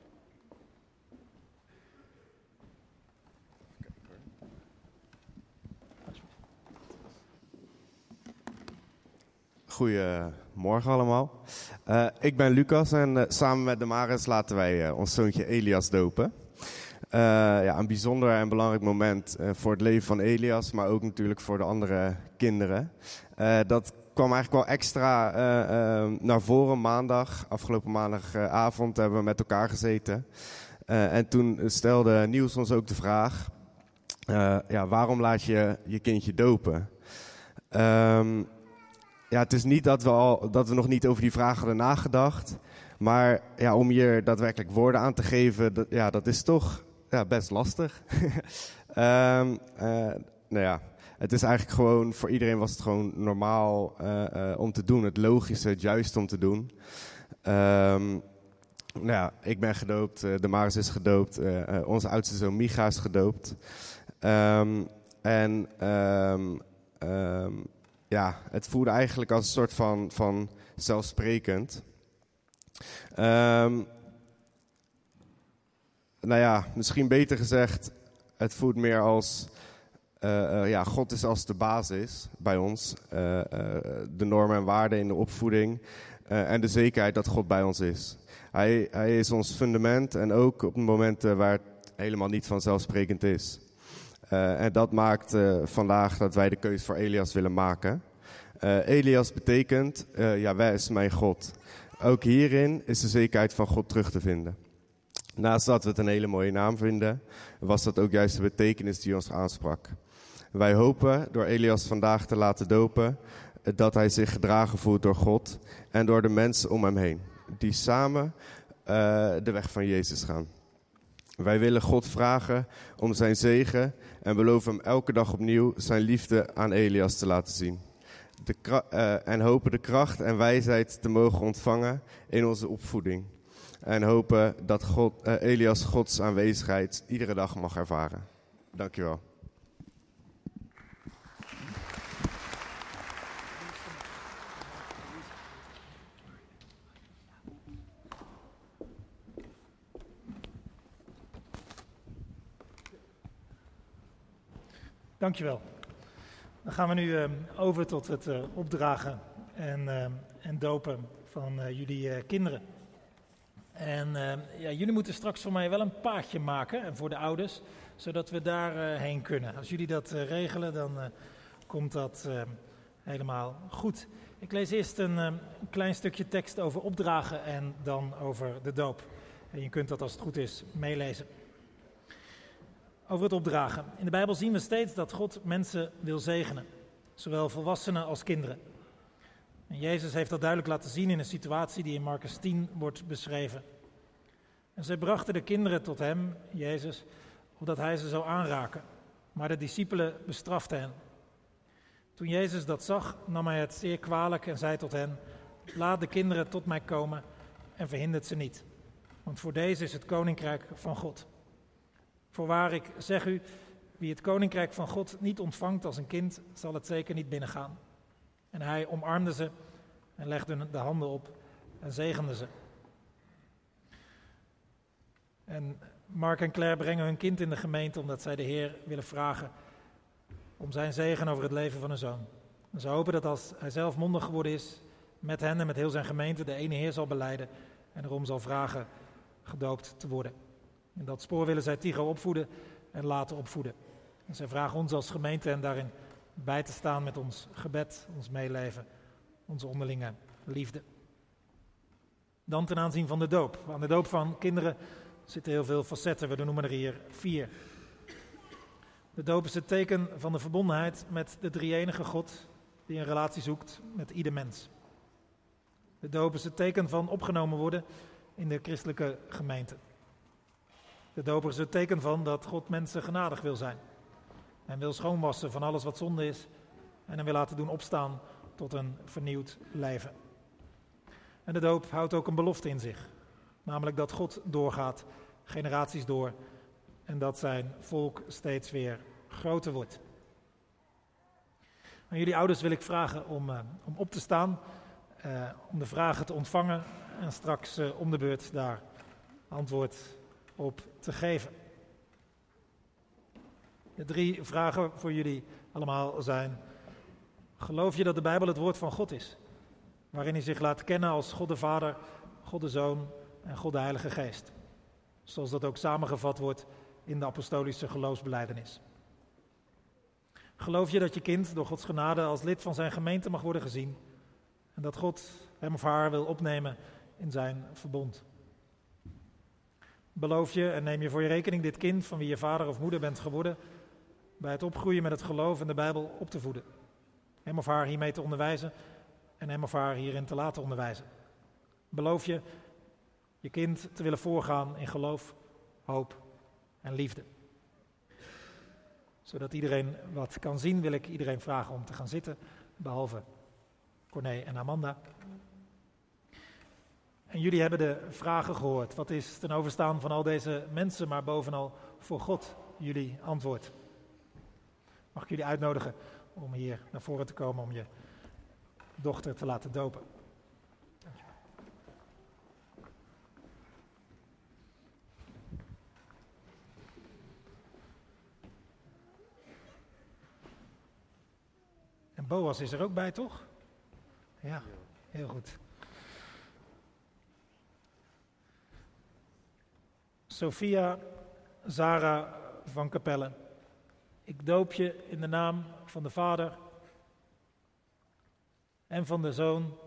S4: Goedemorgen allemaal. Ik ben Lucas en samen met Damaris laten wij ons zoontje Elias dopen. Een bijzonder en belangrijk moment voor het leven van Elias, maar ook natuurlijk voor de andere kinderen. Dat kwam eigenlijk wel extra naar voren afgelopen maandagavond hebben we met elkaar gezeten. En toen stelde Niels ons ook de vraag, waarom laat je je kindje dopen? Het is niet dat we nog niet over die vraag hadden nagedacht. Maar om hier daadwerkelijk woorden aan te geven, dat is toch best lastig. Het is eigenlijk gewoon, voor iedereen was het gewoon normaal om te doen. Het logische, het juiste om te doen. Ik ben gedoopt, Damaris is gedoopt, onze oudste zoon Micha is gedoopt. Het voelde eigenlijk als een soort van zelfsprekend. Misschien beter gezegd, het voelt meer als, God is als de basis bij ons. De normen en waarden in de opvoeding en de zekerheid dat God bij ons is. Hij is ons fundament en ook op momenten waar het helemaal niet vanzelfsprekend is. En dat maakt vandaag dat wij de keuze voor Elias willen maken. Elias betekent, wij is mijn God. Ook hierin is de zekerheid van God terug te vinden. Naast dat we het een hele mooie naam vinden, was dat ook juist de betekenis die ons aansprak. Wij hopen door Elias vandaag te laten dopen, dat hij zich gedragen voelt door God en door de mensen om hem heen. Die samen de weg van Jezus gaan. Wij willen God vragen om zijn zegen en beloven hem elke dag opnieuw zijn liefde aan Elias te laten zien. En hopen de kracht en wijsheid te mogen ontvangen in onze opvoeding. En hopen dat Elias Gods aanwezigheid iedere dag mag ervaren. Dankjewel.
S1: Dankjewel. Dan gaan we nu over tot het opdragen en dopen van jullie kinderen. En jullie moeten straks voor mij wel een paadje maken en voor de ouders, zodat we daarheen kunnen. Als jullie dat regelen, dan komt dat helemaal goed. Ik lees eerst een klein stukje tekst over opdragen en dan over de doop. En je kunt dat als het goed is meelezen. Over het opdragen. In de Bijbel zien we steeds dat God mensen wil zegenen, zowel volwassenen als kinderen. En Jezus heeft dat duidelijk laten zien in een situatie die in Marcus 10 wordt beschreven. En zij brachten de kinderen tot hem, Jezus, opdat hij ze zou aanraken. Maar de discipelen bestraften hen. Toen Jezus dat zag, nam hij het zeer kwalijk en zei tot hen: laat de kinderen tot mij komen en verhindert ze niet. Want voor deze is het koninkrijk van God. Voorwaar, ik zeg u, wie het koninkrijk van God niet ontvangt als een kind, zal het zeker niet binnengaan. En hij omarmde ze en legde de handen op en zegende ze. En Mark en Claire brengen hun kind in de gemeente omdat zij de Heer willen vragen om zijn zegen over het leven van hun zoon. En ze hopen dat als hij zelf mondig geworden is, met hen en met heel zijn gemeente de ene Heer zal belijden en erom zal vragen gedoopt te worden. In dat spoor willen zij Tigo opvoeden en laten opvoeden. En zij vragen ons als gemeente hen daarin bij te staan met ons gebed, ons meeleven, onze onderlinge liefde. Dan ten aanzien van de doop. Aan de doop van kinderen zitten heel veel facetten, we noemen er hier 4. De doop is het teken van de verbondenheid met de drie-enige God die een relatie zoekt met ieder mens. De doop is het teken van opgenomen worden in de christelijke gemeente. De doop is het teken van dat God mensen genadig wil zijn. En wil schoonwassen van alles wat zonde is. En hem wil laten doen opstaan tot een vernieuwd leven. En de doop houdt ook een belofte in zich. Namelijk dat God doorgaat, generaties door. En dat zijn volk steeds weer groter wordt. Aan jullie ouders wil ik vragen om op te staan. Om de vragen te ontvangen. En straks om de beurt daar antwoord op te geven. De 3 vragen voor jullie allemaal zijn: geloof je dat de Bijbel het woord van God is? Waarin hij zich laat kennen als God de Vader, God de Zoon en God de Heilige Geest. Zoals dat ook samengevat wordt in de apostolische geloofsbelijdenis. Geloof je dat je kind door Gods genade als lid van zijn gemeente mag worden gezien? En dat God hem of haar wil opnemen in zijn verbond? Beloof je en neem je voor je rekening dit kind van wie je vader of moeder bent geworden, bij het opgroeien met het geloof in de Bijbel op te voeden? Hem of haar hiermee te onderwijzen en hem of haar hierin te laten onderwijzen? Beloof je je kind te willen voorgaan in geloof, hoop en liefde? Zodat iedereen wat kan zien, wil ik iedereen vragen om te gaan zitten, behalve Corné en Amanda. En jullie hebben de vragen gehoord. Wat is ten overstaan van al deze mensen, maar bovenal voor God jullie antwoord? Mag ik jullie uitnodigen om hier naar voren te komen om je dochter te laten dopen? En Boas is er ook bij, toch? Ja, heel goed. Sophia Zara van Capelle, ik doop je in de naam van de Vader en van de Zoon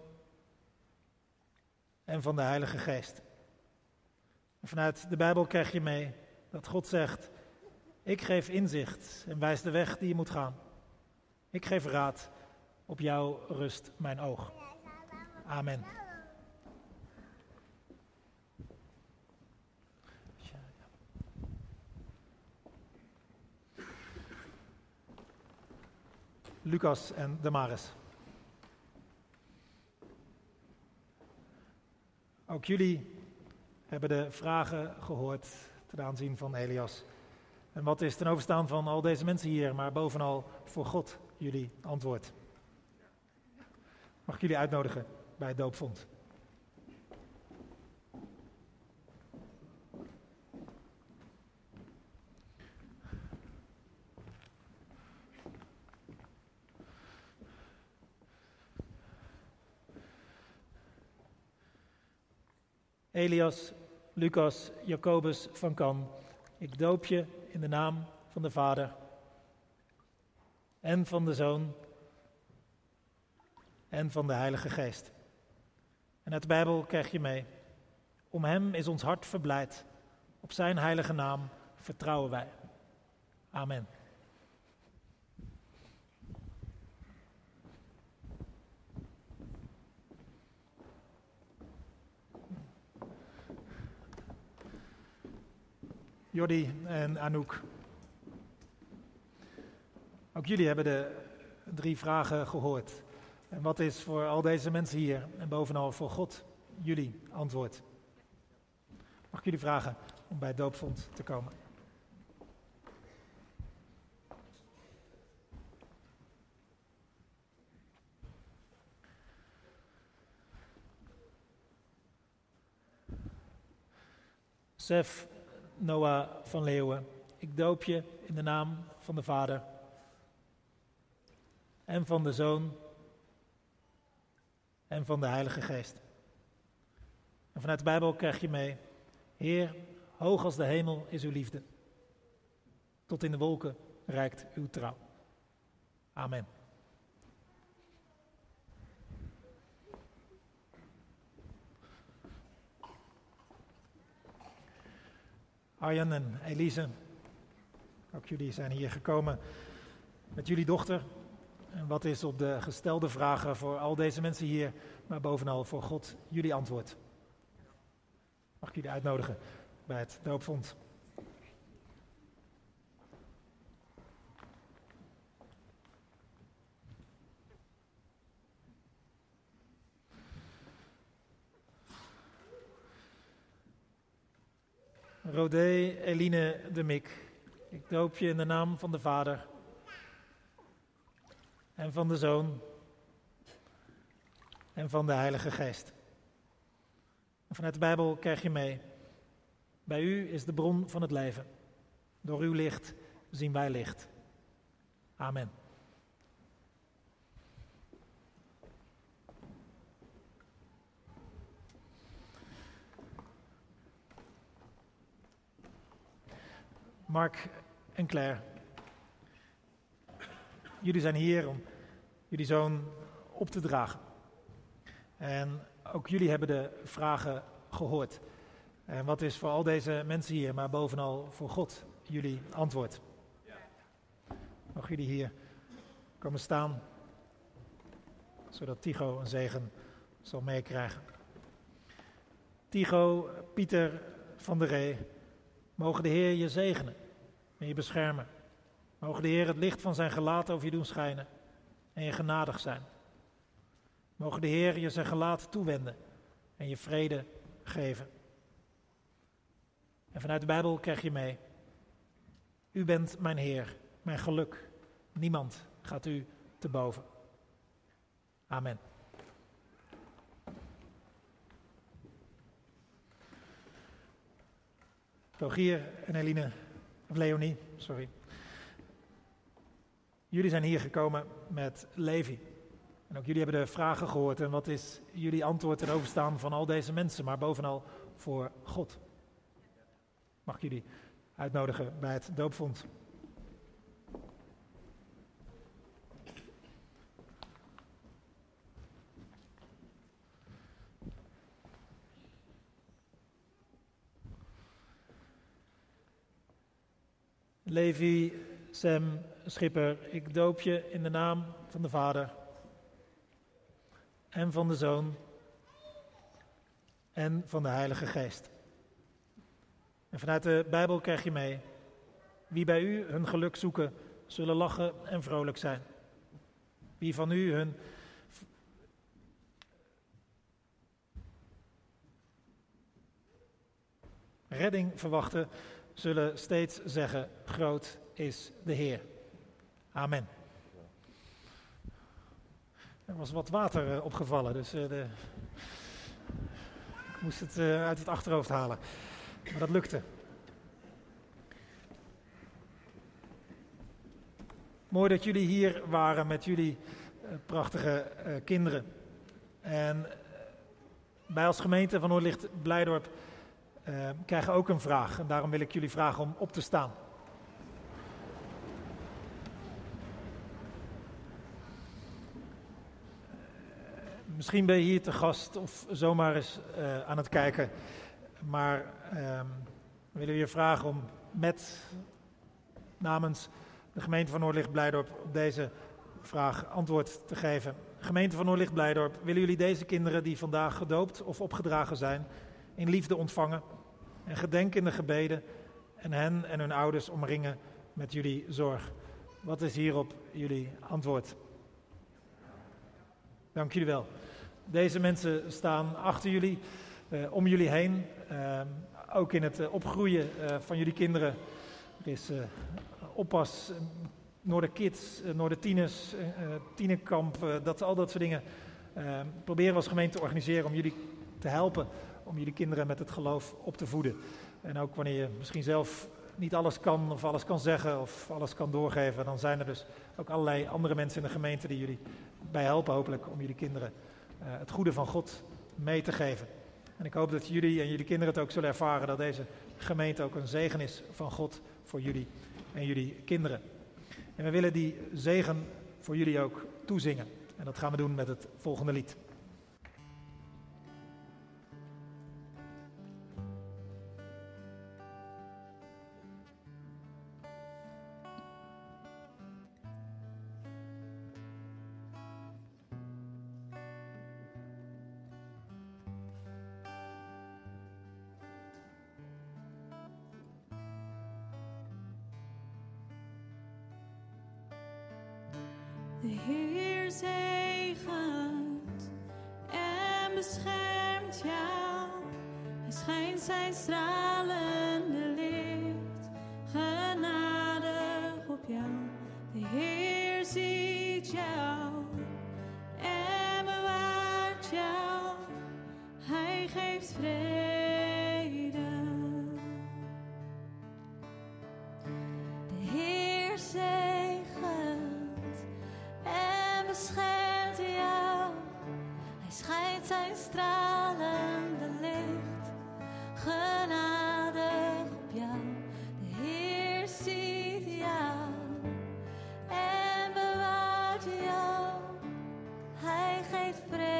S1: en van de Heilige Geest. En vanuit de Bijbel krijg je mee dat God zegt: ik geef inzicht en wijs de weg die je moet gaan. Ik geef raad, op jou rust mijn oog. Amen. Lucas en Damaris. Ook jullie hebben de vragen gehoord ten aanzien van Elias. En wat is ten overstaan van al deze mensen hier, maar bovenal voor God jullie antwoord? Mag ik jullie uitnodigen bij het doopvond? Elias, Lucas, Jacobus van Kam, ik doop je in de naam van de Vader en van de Zoon en van de Heilige Geest. En uit de Bijbel krijg je mee: om hem is ons hart verblijd, op zijn heilige naam vertrouwen wij. Amen. Jordi en Anouk. Ook jullie hebben de 3 vragen gehoord. En wat is voor al deze mensen hier en bovenal voor God jullie antwoord? Mag ik jullie vragen om bij het doopvond te komen? Sef Noah van Leeuwen, ik doop je in de naam van de Vader en van de Zoon en van de Heilige Geest. En vanuit de Bijbel krijg je mee: Heer, hoog als de hemel is uw liefde. Tot in de wolken reikt uw trouw. Amen. Arjen en Elise, ook jullie zijn hier gekomen met jullie dochter. En wat is op de gestelde vragen voor al deze mensen hier, maar bovenal voor God, jullie antwoord? Mag ik jullie uitnodigen bij het doopvont? Rodé Eline de Mik, ik doop je in de naam van de Vader en van de Zoon en van de Heilige Geest. En vanuit de Bijbel krijg je mee. Bij u is de bron van het leven. Door uw licht zien wij licht. Amen. Mark en Claire, jullie zijn hier om jullie zoon op te dragen. En ook jullie hebben de vragen gehoord. En wat is voor al deze mensen hier, maar bovenal voor God, jullie antwoord? Mogen jullie hier komen staan, zodat Tycho een zegen zal meekrijgen. Tycho, Pieter van der Ree, mogen de Heer je zegenen en je beschermen. Mogen de Heer het licht van zijn gelaat over je doen schijnen en je genadig zijn. Mogen de Heer je zijn gelaat toewenden en je vrede geven. En vanuit de Bijbel krijg je mee. U bent mijn Heer, mijn geluk. Niemand gaat u te boven. Amen. Rogier en Eline, of Leonie, sorry. Jullie zijn hier gekomen met Levi. En ook jullie hebben de vragen gehoord. En wat is jullie antwoord ten overstaan van al deze mensen, maar bovenal voor God? Mag ik jullie uitnodigen bij het doopvont? Levi, Sam, Schipper, ik doop je in de naam van de Vader en van de Zoon en van de Heilige Geest. En vanuit de Bijbel krijg je mee. Wie bij u hun geluk zoeken, zullen lachen en vrolijk zijn. Wie van u hun redding verwachten, zullen steeds zeggen, groot is de Heer. Amen. Er was wat water opgevallen, dus ik moest het uit het achterhoofd halen. Maar dat lukte. Mooi dat jullie hier waren met jullie prachtige kinderen. En wij als gemeente van Noordlicht Blijdorp krijgen ook een vraag. En daarom wil ik jullie vragen om op te staan. Misschien ben je hier te gast of zomaar eens aan het kijken. Maar we willen je vragen om namens de gemeente van Noordlicht Blijdorp op deze vraag antwoord te geven. Gemeente van Noordlicht Blijdorp, willen jullie deze kinderen die vandaag gedoopt of opgedragen zijn, in liefde ontvangen en gedenk in de gebeden en hen en hun ouders omringen met jullie zorg? Wat is hierop jullie antwoord? Dank jullie wel. Deze mensen staan achter jullie, om jullie heen. Ook in het opgroeien van jullie kinderen. Er is oppas, Noorderkids, Noordertieners, tienerkamp, al dat soort dingen. Proberen we als gemeente te organiseren om jullie te helpen. Om jullie kinderen met het geloof op te voeden. En ook wanneer je misschien zelf niet alles kan of alles kan zeggen of alles kan doorgeven. Dan zijn er dus ook allerlei andere mensen in de gemeente die jullie bij helpen hopelijk om jullie kinderen het goede van God mee te geven. En ik hoop dat jullie en jullie kinderen het ook zullen ervaren dat deze gemeente ook een zegen is van God voor jullie en jullie kinderen. En we willen die zegen voor jullie ook toezingen. En dat gaan we doen met het volgende lied.
S3: De Heer zegent en beschermt jou. Hij schijnt zijn stralende licht genadig op jou. De Heer ziet jou en bewaart jou. Hij geeft vrede. De Heer zegent en beschermt jou. Hij schijnt zijn stralende licht genadig op jou. De Heer ziet jou en bewaart jou. Hij geeft vrede.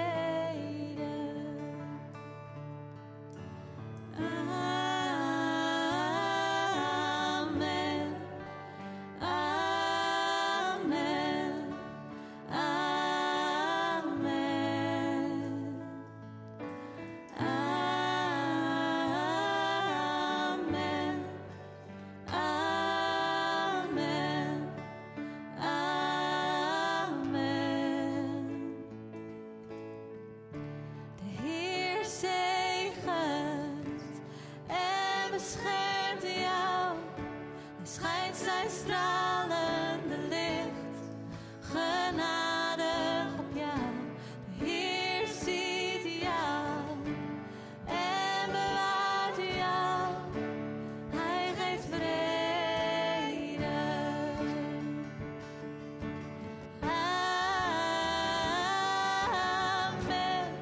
S3: Amen. Amen. Amen. Amen. Amen. Amen. De Heer zegent en beschermt jou. Hij schijnt zijn stralende licht genadig op jou. De Heer ziet jou en bewaart jou. Hij geeft vrede. Amen.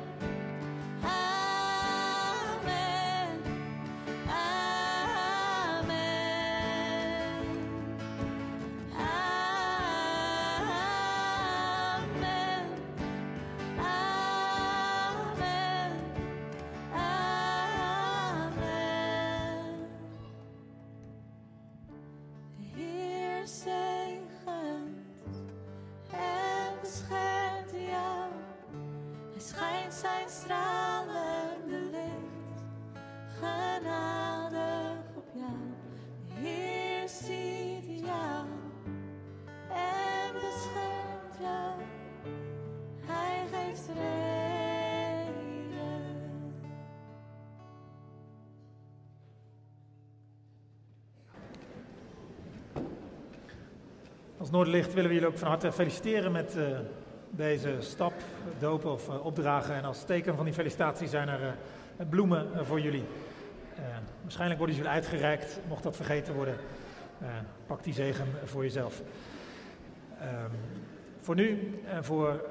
S3: Amen. Amen. Amen. Amen. Amen. De Heer zegent en beschermt jou. Hij schijnt zijn stralende licht genadig op jou. De Heer ziet jou en beschermt jou. Hij geeft vrede.
S1: Als Noorderlicht willen we jullie ook van harte feliciteren met deze stap, dopen of opdragen. En als teken van die felicitatie zijn er bloemen voor jullie. Waarschijnlijk worden jullie uitgereikt, mocht dat vergeten worden. Pak die zegen voor jezelf. Voor nu en voor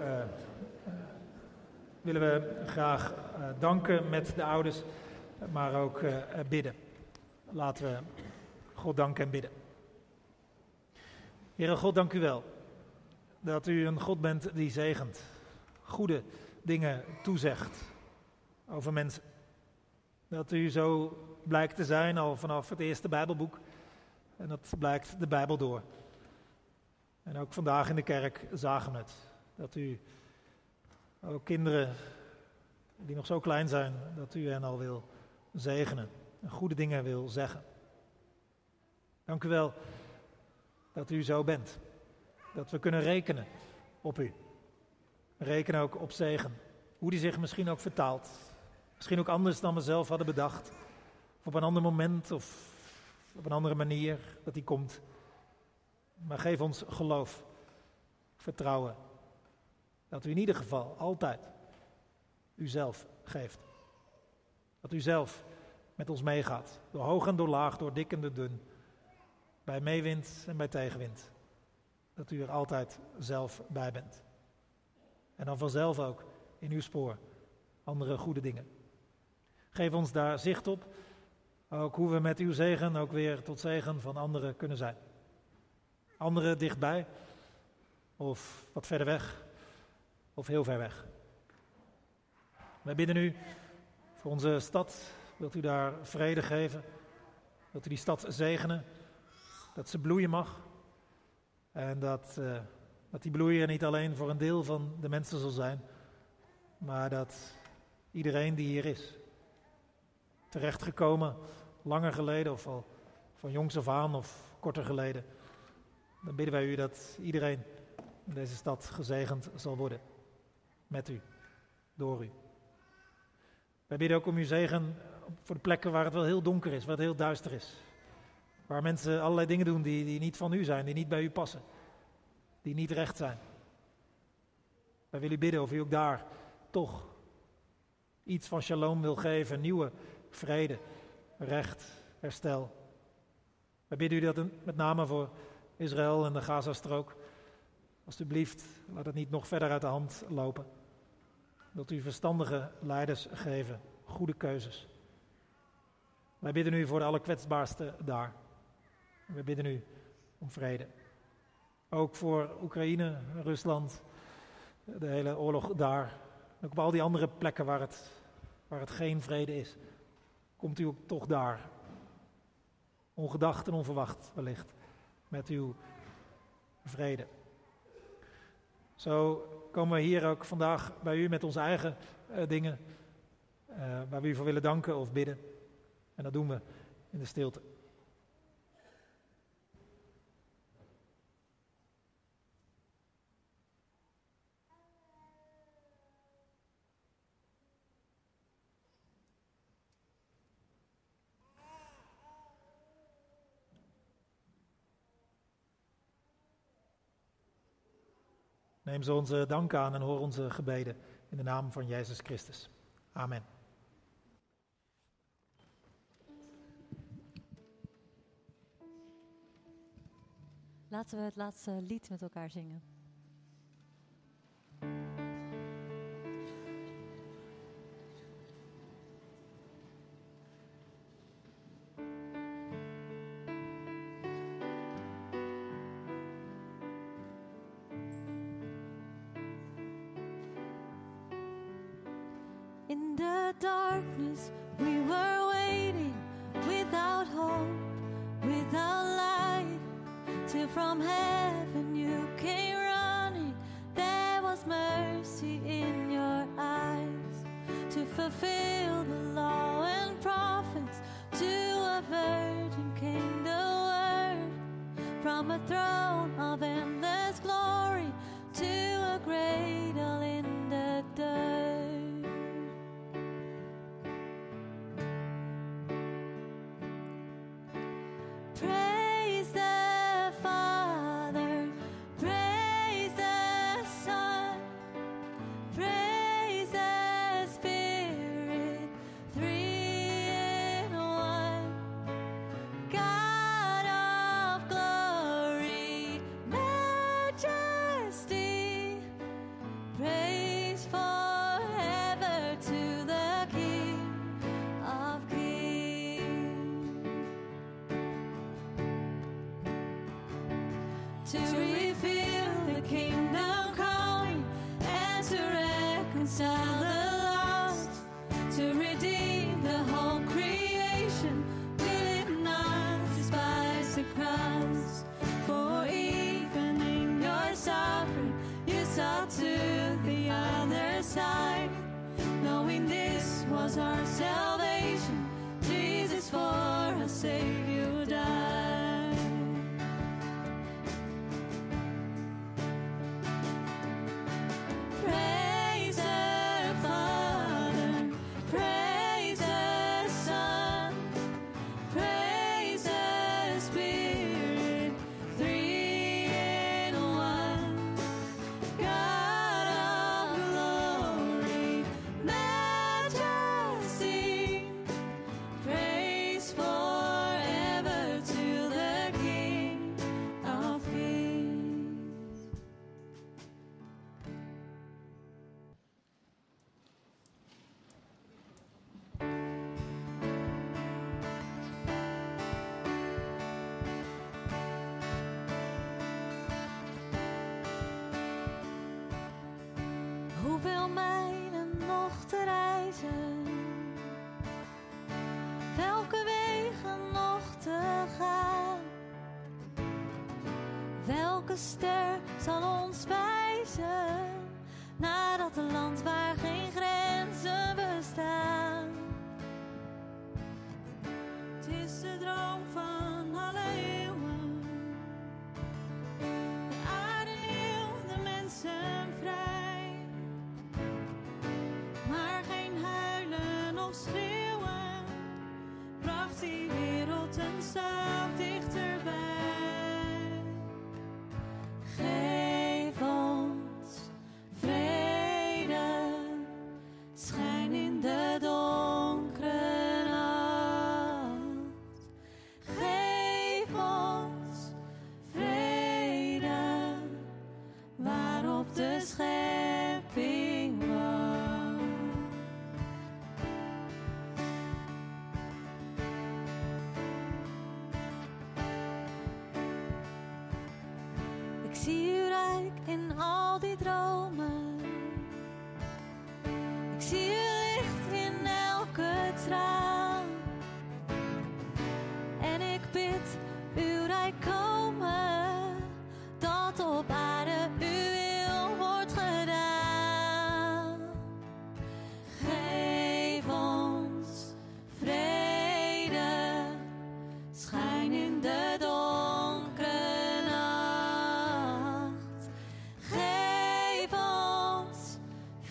S1: willen we graag danken met de ouders, maar ook bidden. Laten we God danken en bidden. Heere God, dank u wel dat u een God bent die zegent, goede dingen toezegt over mensen. Dat u zo blijkt te zijn al vanaf het eerste Bijbelboek en dat blijkt de Bijbel door. En ook vandaag in de kerk zagen we het, dat u ook kinderen die nog zo klein zijn, dat u hen al wil zegenen en goede dingen wil zeggen. Dank u wel dat u zo bent. Dat we kunnen rekenen op u. Rekenen ook op zegen. Hoe die zich misschien ook vertaalt. Misschien ook anders dan we zelf hadden bedacht. Of op een ander moment of op een andere manier dat die komt. Maar geef ons geloof, vertrouwen. Dat u in ieder geval altijd uzelf geeft. Dat u zelf met ons meegaat. Door hoog en door laag, door dik en door dun. Bij meewind en bij tegenwind. Dat u er altijd zelf bij bent. En dan vanzelf ook in uw spoor andere goede dingen. Geef ons daar zicht op. Ook hoe we met uw zegen ook weer tot zegen van anderen kunnen zijn. Anderen dichtbij. of wat verder weg, of heel ver weg. Wij bidden u voor onze stad. Wilt u daar vrede geven? Wilt u die stad zegenen? Dat ze bloeien mag. En dat die bloeien niet alleen voor een deel van de mensen zal zijn, maar dat iedereen die hier is, terechtgekomen, langer geleden of al van jongs af aan of korter geleden, dan bidden wij u dat iedereen in deze stad gezegend zal worden. Met u, door u. Wij bidden ook om uw zegen voor de plekken waar het wel heel donker is, waar het heel duister is. Waar mensen allerlei dingen doen die niet van u zijn, die niet bij u passen. Die niet recht zijn. Wij willen u bidden of u ook daar toch iets van shalom wil geven, nieuwe vrede, recht, herstel. Wij bidden u dat met name voor Israël en de Gazastrook. Alsjeblieft, laat het niet nog verder uit de hand lopen. Wilt u verstandige leiders geven, goede keuzes. Wij bidden u voor de allerkwetsbaarsten daar. Wij bidden u om vrede. Ook voor Oekraïne, Rusland, de hele oorlog daar. Ook op al die andere plekken waar het geen vrede is. Komt u ook toch daar. Ongedacht en onverwacht wellicht. Met uw vrede. Zo komen we hier ook vandaag bij u met onze eigen dingen. Waar we u voor willen danken of bidden. En dat doen we in de stilte. Neem zo onze dank aan en hoor onze gebeden in de naam van Jezus Christus. Amen.
S2: Laten we het laatste lied met elkaar zingen.
S3: In the darkness we were waiting, without hope, without light, till from heaven you came running. There was mercy in your eyes, to fulfill the law and prophets. To a virgin came the word, from a throne of endless glory to a cradle in the dirt. Praise the Father, praise the Son, praise the Spirit, three in one. God of glory, majesty, praise forever to the King of Kings. To reveal the kingdom coming and to reconcile the lost, to redeem the whole creation, we did not despise the cross. For even in your suffering, you saw to the other side, knowing this was our salvation. Jesus, for our Savior died. Praise the Father, praise the Son, praise the Spirit, three in one. God of glory, majesty,
S2: Hoeveel mijlen nog te reizen? Welke wegen nog te gaan? Welke ster zal ons wijzen naar dat land waar geen grenzen bestaan? Het is de droom van alle eeuwen. De aarde heel, de mensen vrij. Maar geen huilen of schreeuwen bracht die wereld een stap dichterbij. Geef ons vrede, schijn in de donkere nacht. Geef ons vrede, waarop de schepping wacht. Ik zie u rijk in al die dromen. Ik zie u licht in elke traan. En ik bid uw rijk komen, dat op aarde uw wil wordt gedaan. Geef ons vrede, schijn in de donkere nacht. Geef ons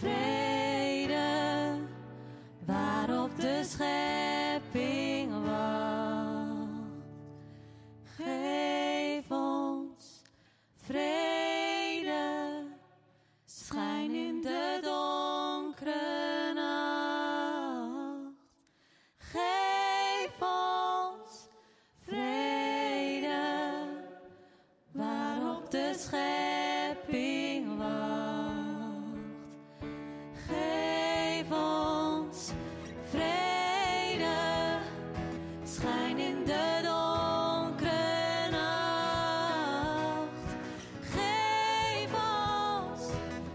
S2: vrede, waarop de schepping wacht. Geef ons vrede, schijn in de donkere nacht. Geef ons vrede, waarop de schepping wacht. Geef ons vrede, schijn in de donkere nacht. Geef ons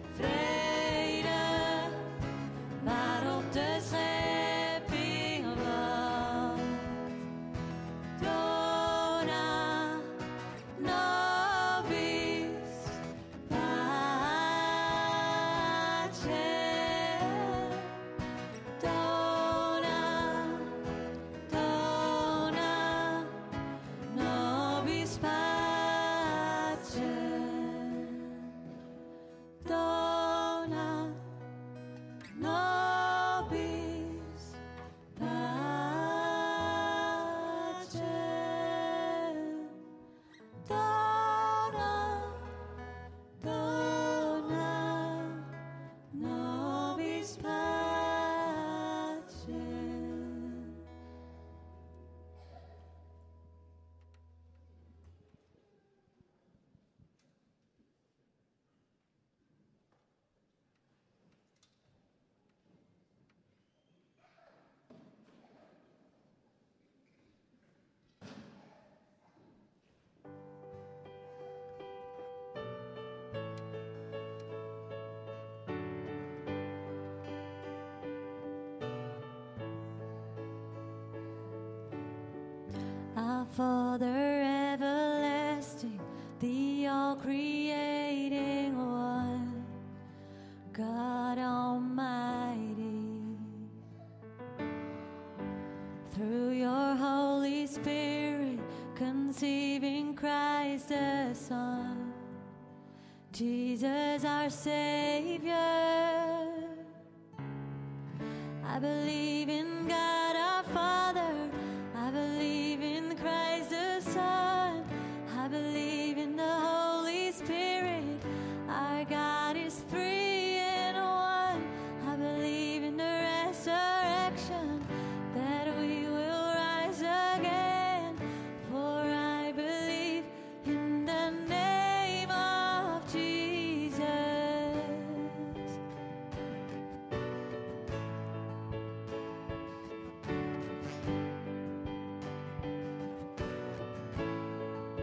S2: vrede, waarop de schepping wacht. Dona nobis pace. Dona nobis pace. Dona nobis pace. Dona nobis pace. Our Father everlasting, the all-creating one, God Almighty, through your Holy Spirit, conceiving Christ the Son, Jesus our Savior. I believe in God our Father, I believe in Christ the Son, I believe in the Holy Spirit, our God is three in one. I believe in the resurrection, that we will rise again, for I believe in the name of Jesus.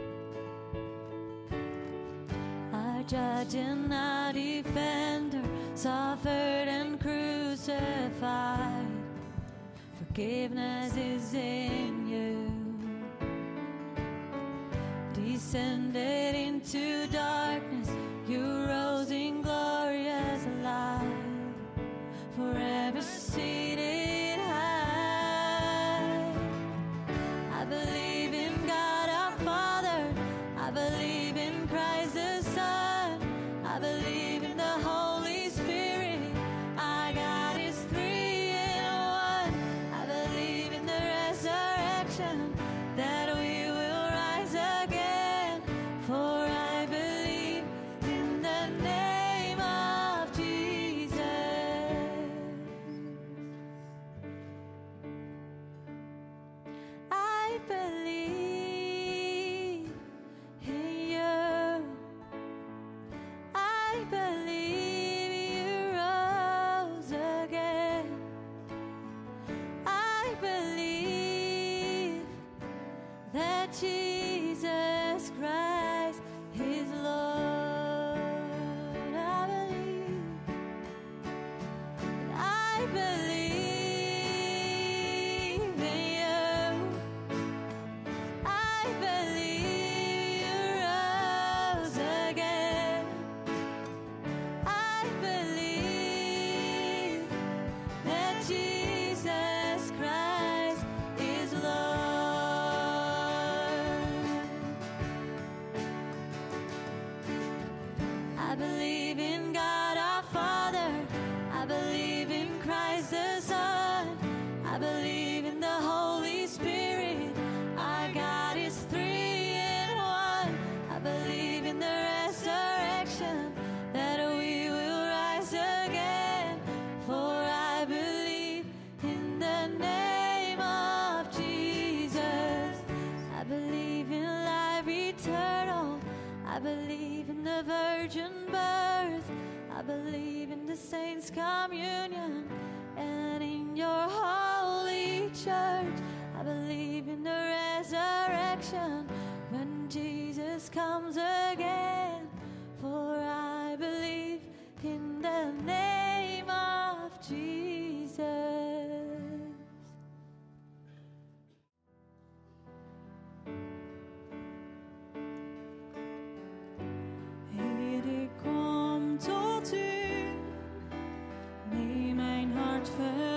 S2: Our judge and our defender, suffered and crucified. Forgiveness is in you. Descended into darkness, you rose in glorious light, forever seated high. I believe in God our Father, I believe in Christ the Son, I believe in the Holy Spirit, our God is three in one. I believe in the resurrection, that we will rise again, for I believe in the name of Jesus. I believe in you. I believe you rose again. I believe that Jesus Christ is Lord. I believe. I believe in you. I believe you rose again. I believe that Jesus Christ is Lord. I believe in God our Father, I believe in Christ the Son, I believe in the Holy Spirit, our God is three in one. I believe in the resurrection, that we will rise again, for I believe in the name of Jesus. I believe in life eternal, I believe in the virgin birth, I believe in the saints' communion, and in your holy church. I believe in the resurrection, when Jesus comes again, for I believe in the name of Jesus.
S3: Heer, ik kom tot u, neem mijn hart,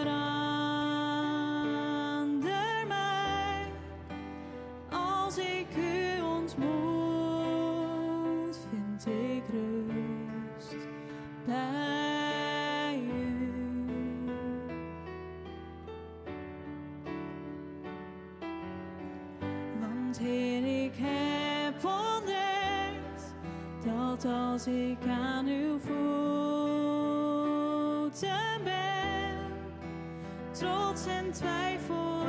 S3: verander mij. Als ik u ontmoet, vind ik rust bij u. Want Heer, ik heb ontdekt dat als ik aan uw voeten ben, trots en twijfel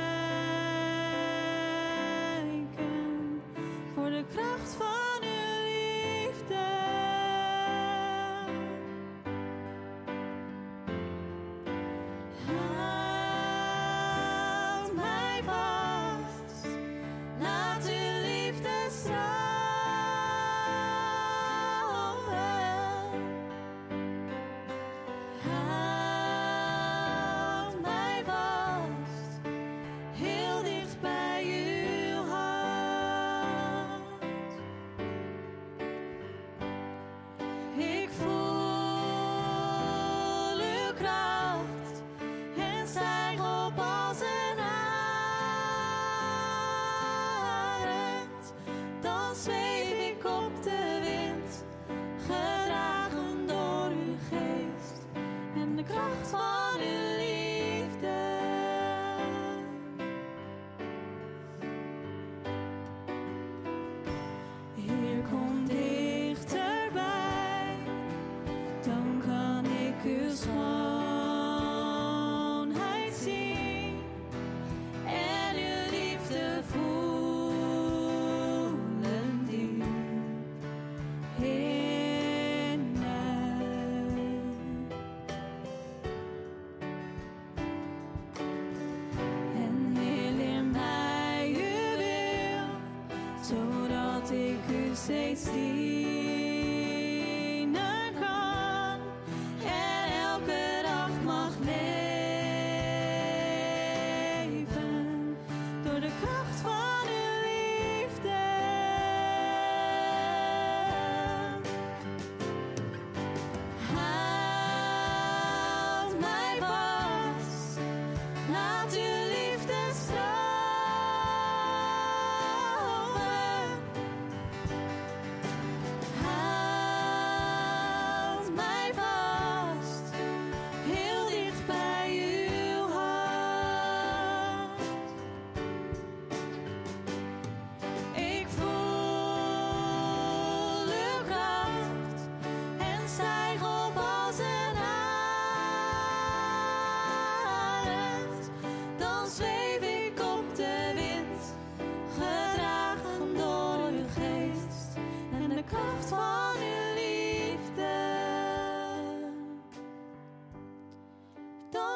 S3: wijken voor de kracht van uw liefde. Houd mij vast, laat uw liefde stromen. Houd mij vast, heel dicht bij uw hart. Ik voel uw kracht en stijg op als een arend. Dan zweef ik op de wind, gedragen door uw geest en de kracht van uw liefde. Heer, kom dichterbij, dan kan ik uw schoonheid zien en uw liefde voelen diep in mij. En Heer, leer mij uw wil, zodat ik u steeds dienen kan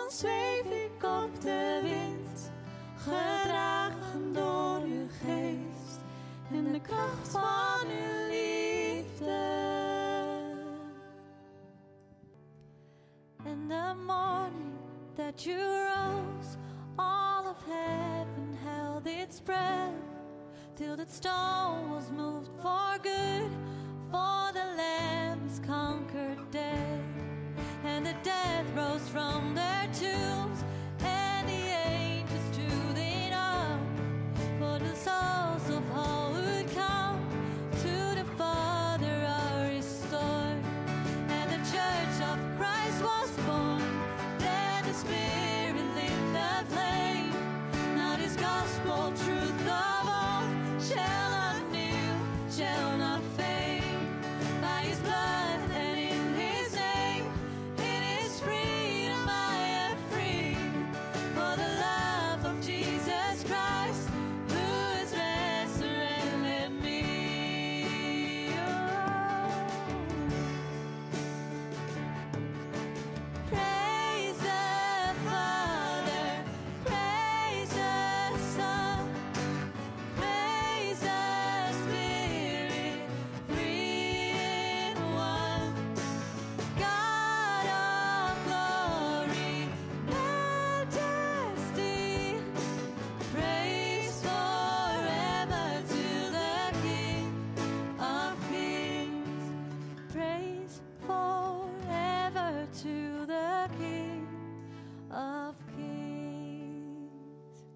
S3: Dan zweef ik op de wind, gedragen door uw geest en de kracht van uw liefde. In the morning that you rose, all of heaven held its breath, till that stone was moved for good, for the Lamb has conquered death. And the dead rose from their tombs, and the angels stood in awe, for the souls of all would come to the Father are restored. And the church of Christ was born, then the Spirit lit the flame. Now this gospel truth of all shall not new, shall not fade. By his blood and in his name, in his freedom I am free. For the love of Jesus Christ, who has resurrected me. Praise the Father, praise the Son, praise the Spirit, three in one. God of glory, majesty, praise forever to the King of kings. Praise forever to the King of kings.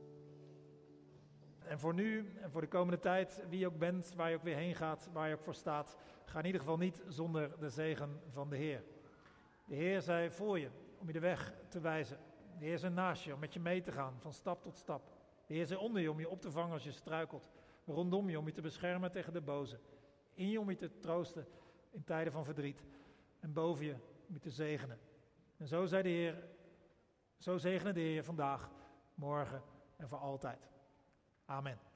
S1: En voor nu en voor de komende tijd, wie je ook bent, waar je ook weer heen gaat, waar je ook voor staat, ga in ieder geval niet zonder de zegen van de Heer. De Heer zij voor je, om je de weg te wijzen. De Heer zij naast je, om met je mee te gaan, van stap tot stap. De Heer zij onder je, om je op te vangen als je struikelt. Rondom je, om je te beschermen tegen de boze. In je, om je te troosten in tijden van verdriet. En boven je, om je te zegenen. En zo zei de Heer, zo zegene de Heer vandaag, morgen en voor altijd. Amen.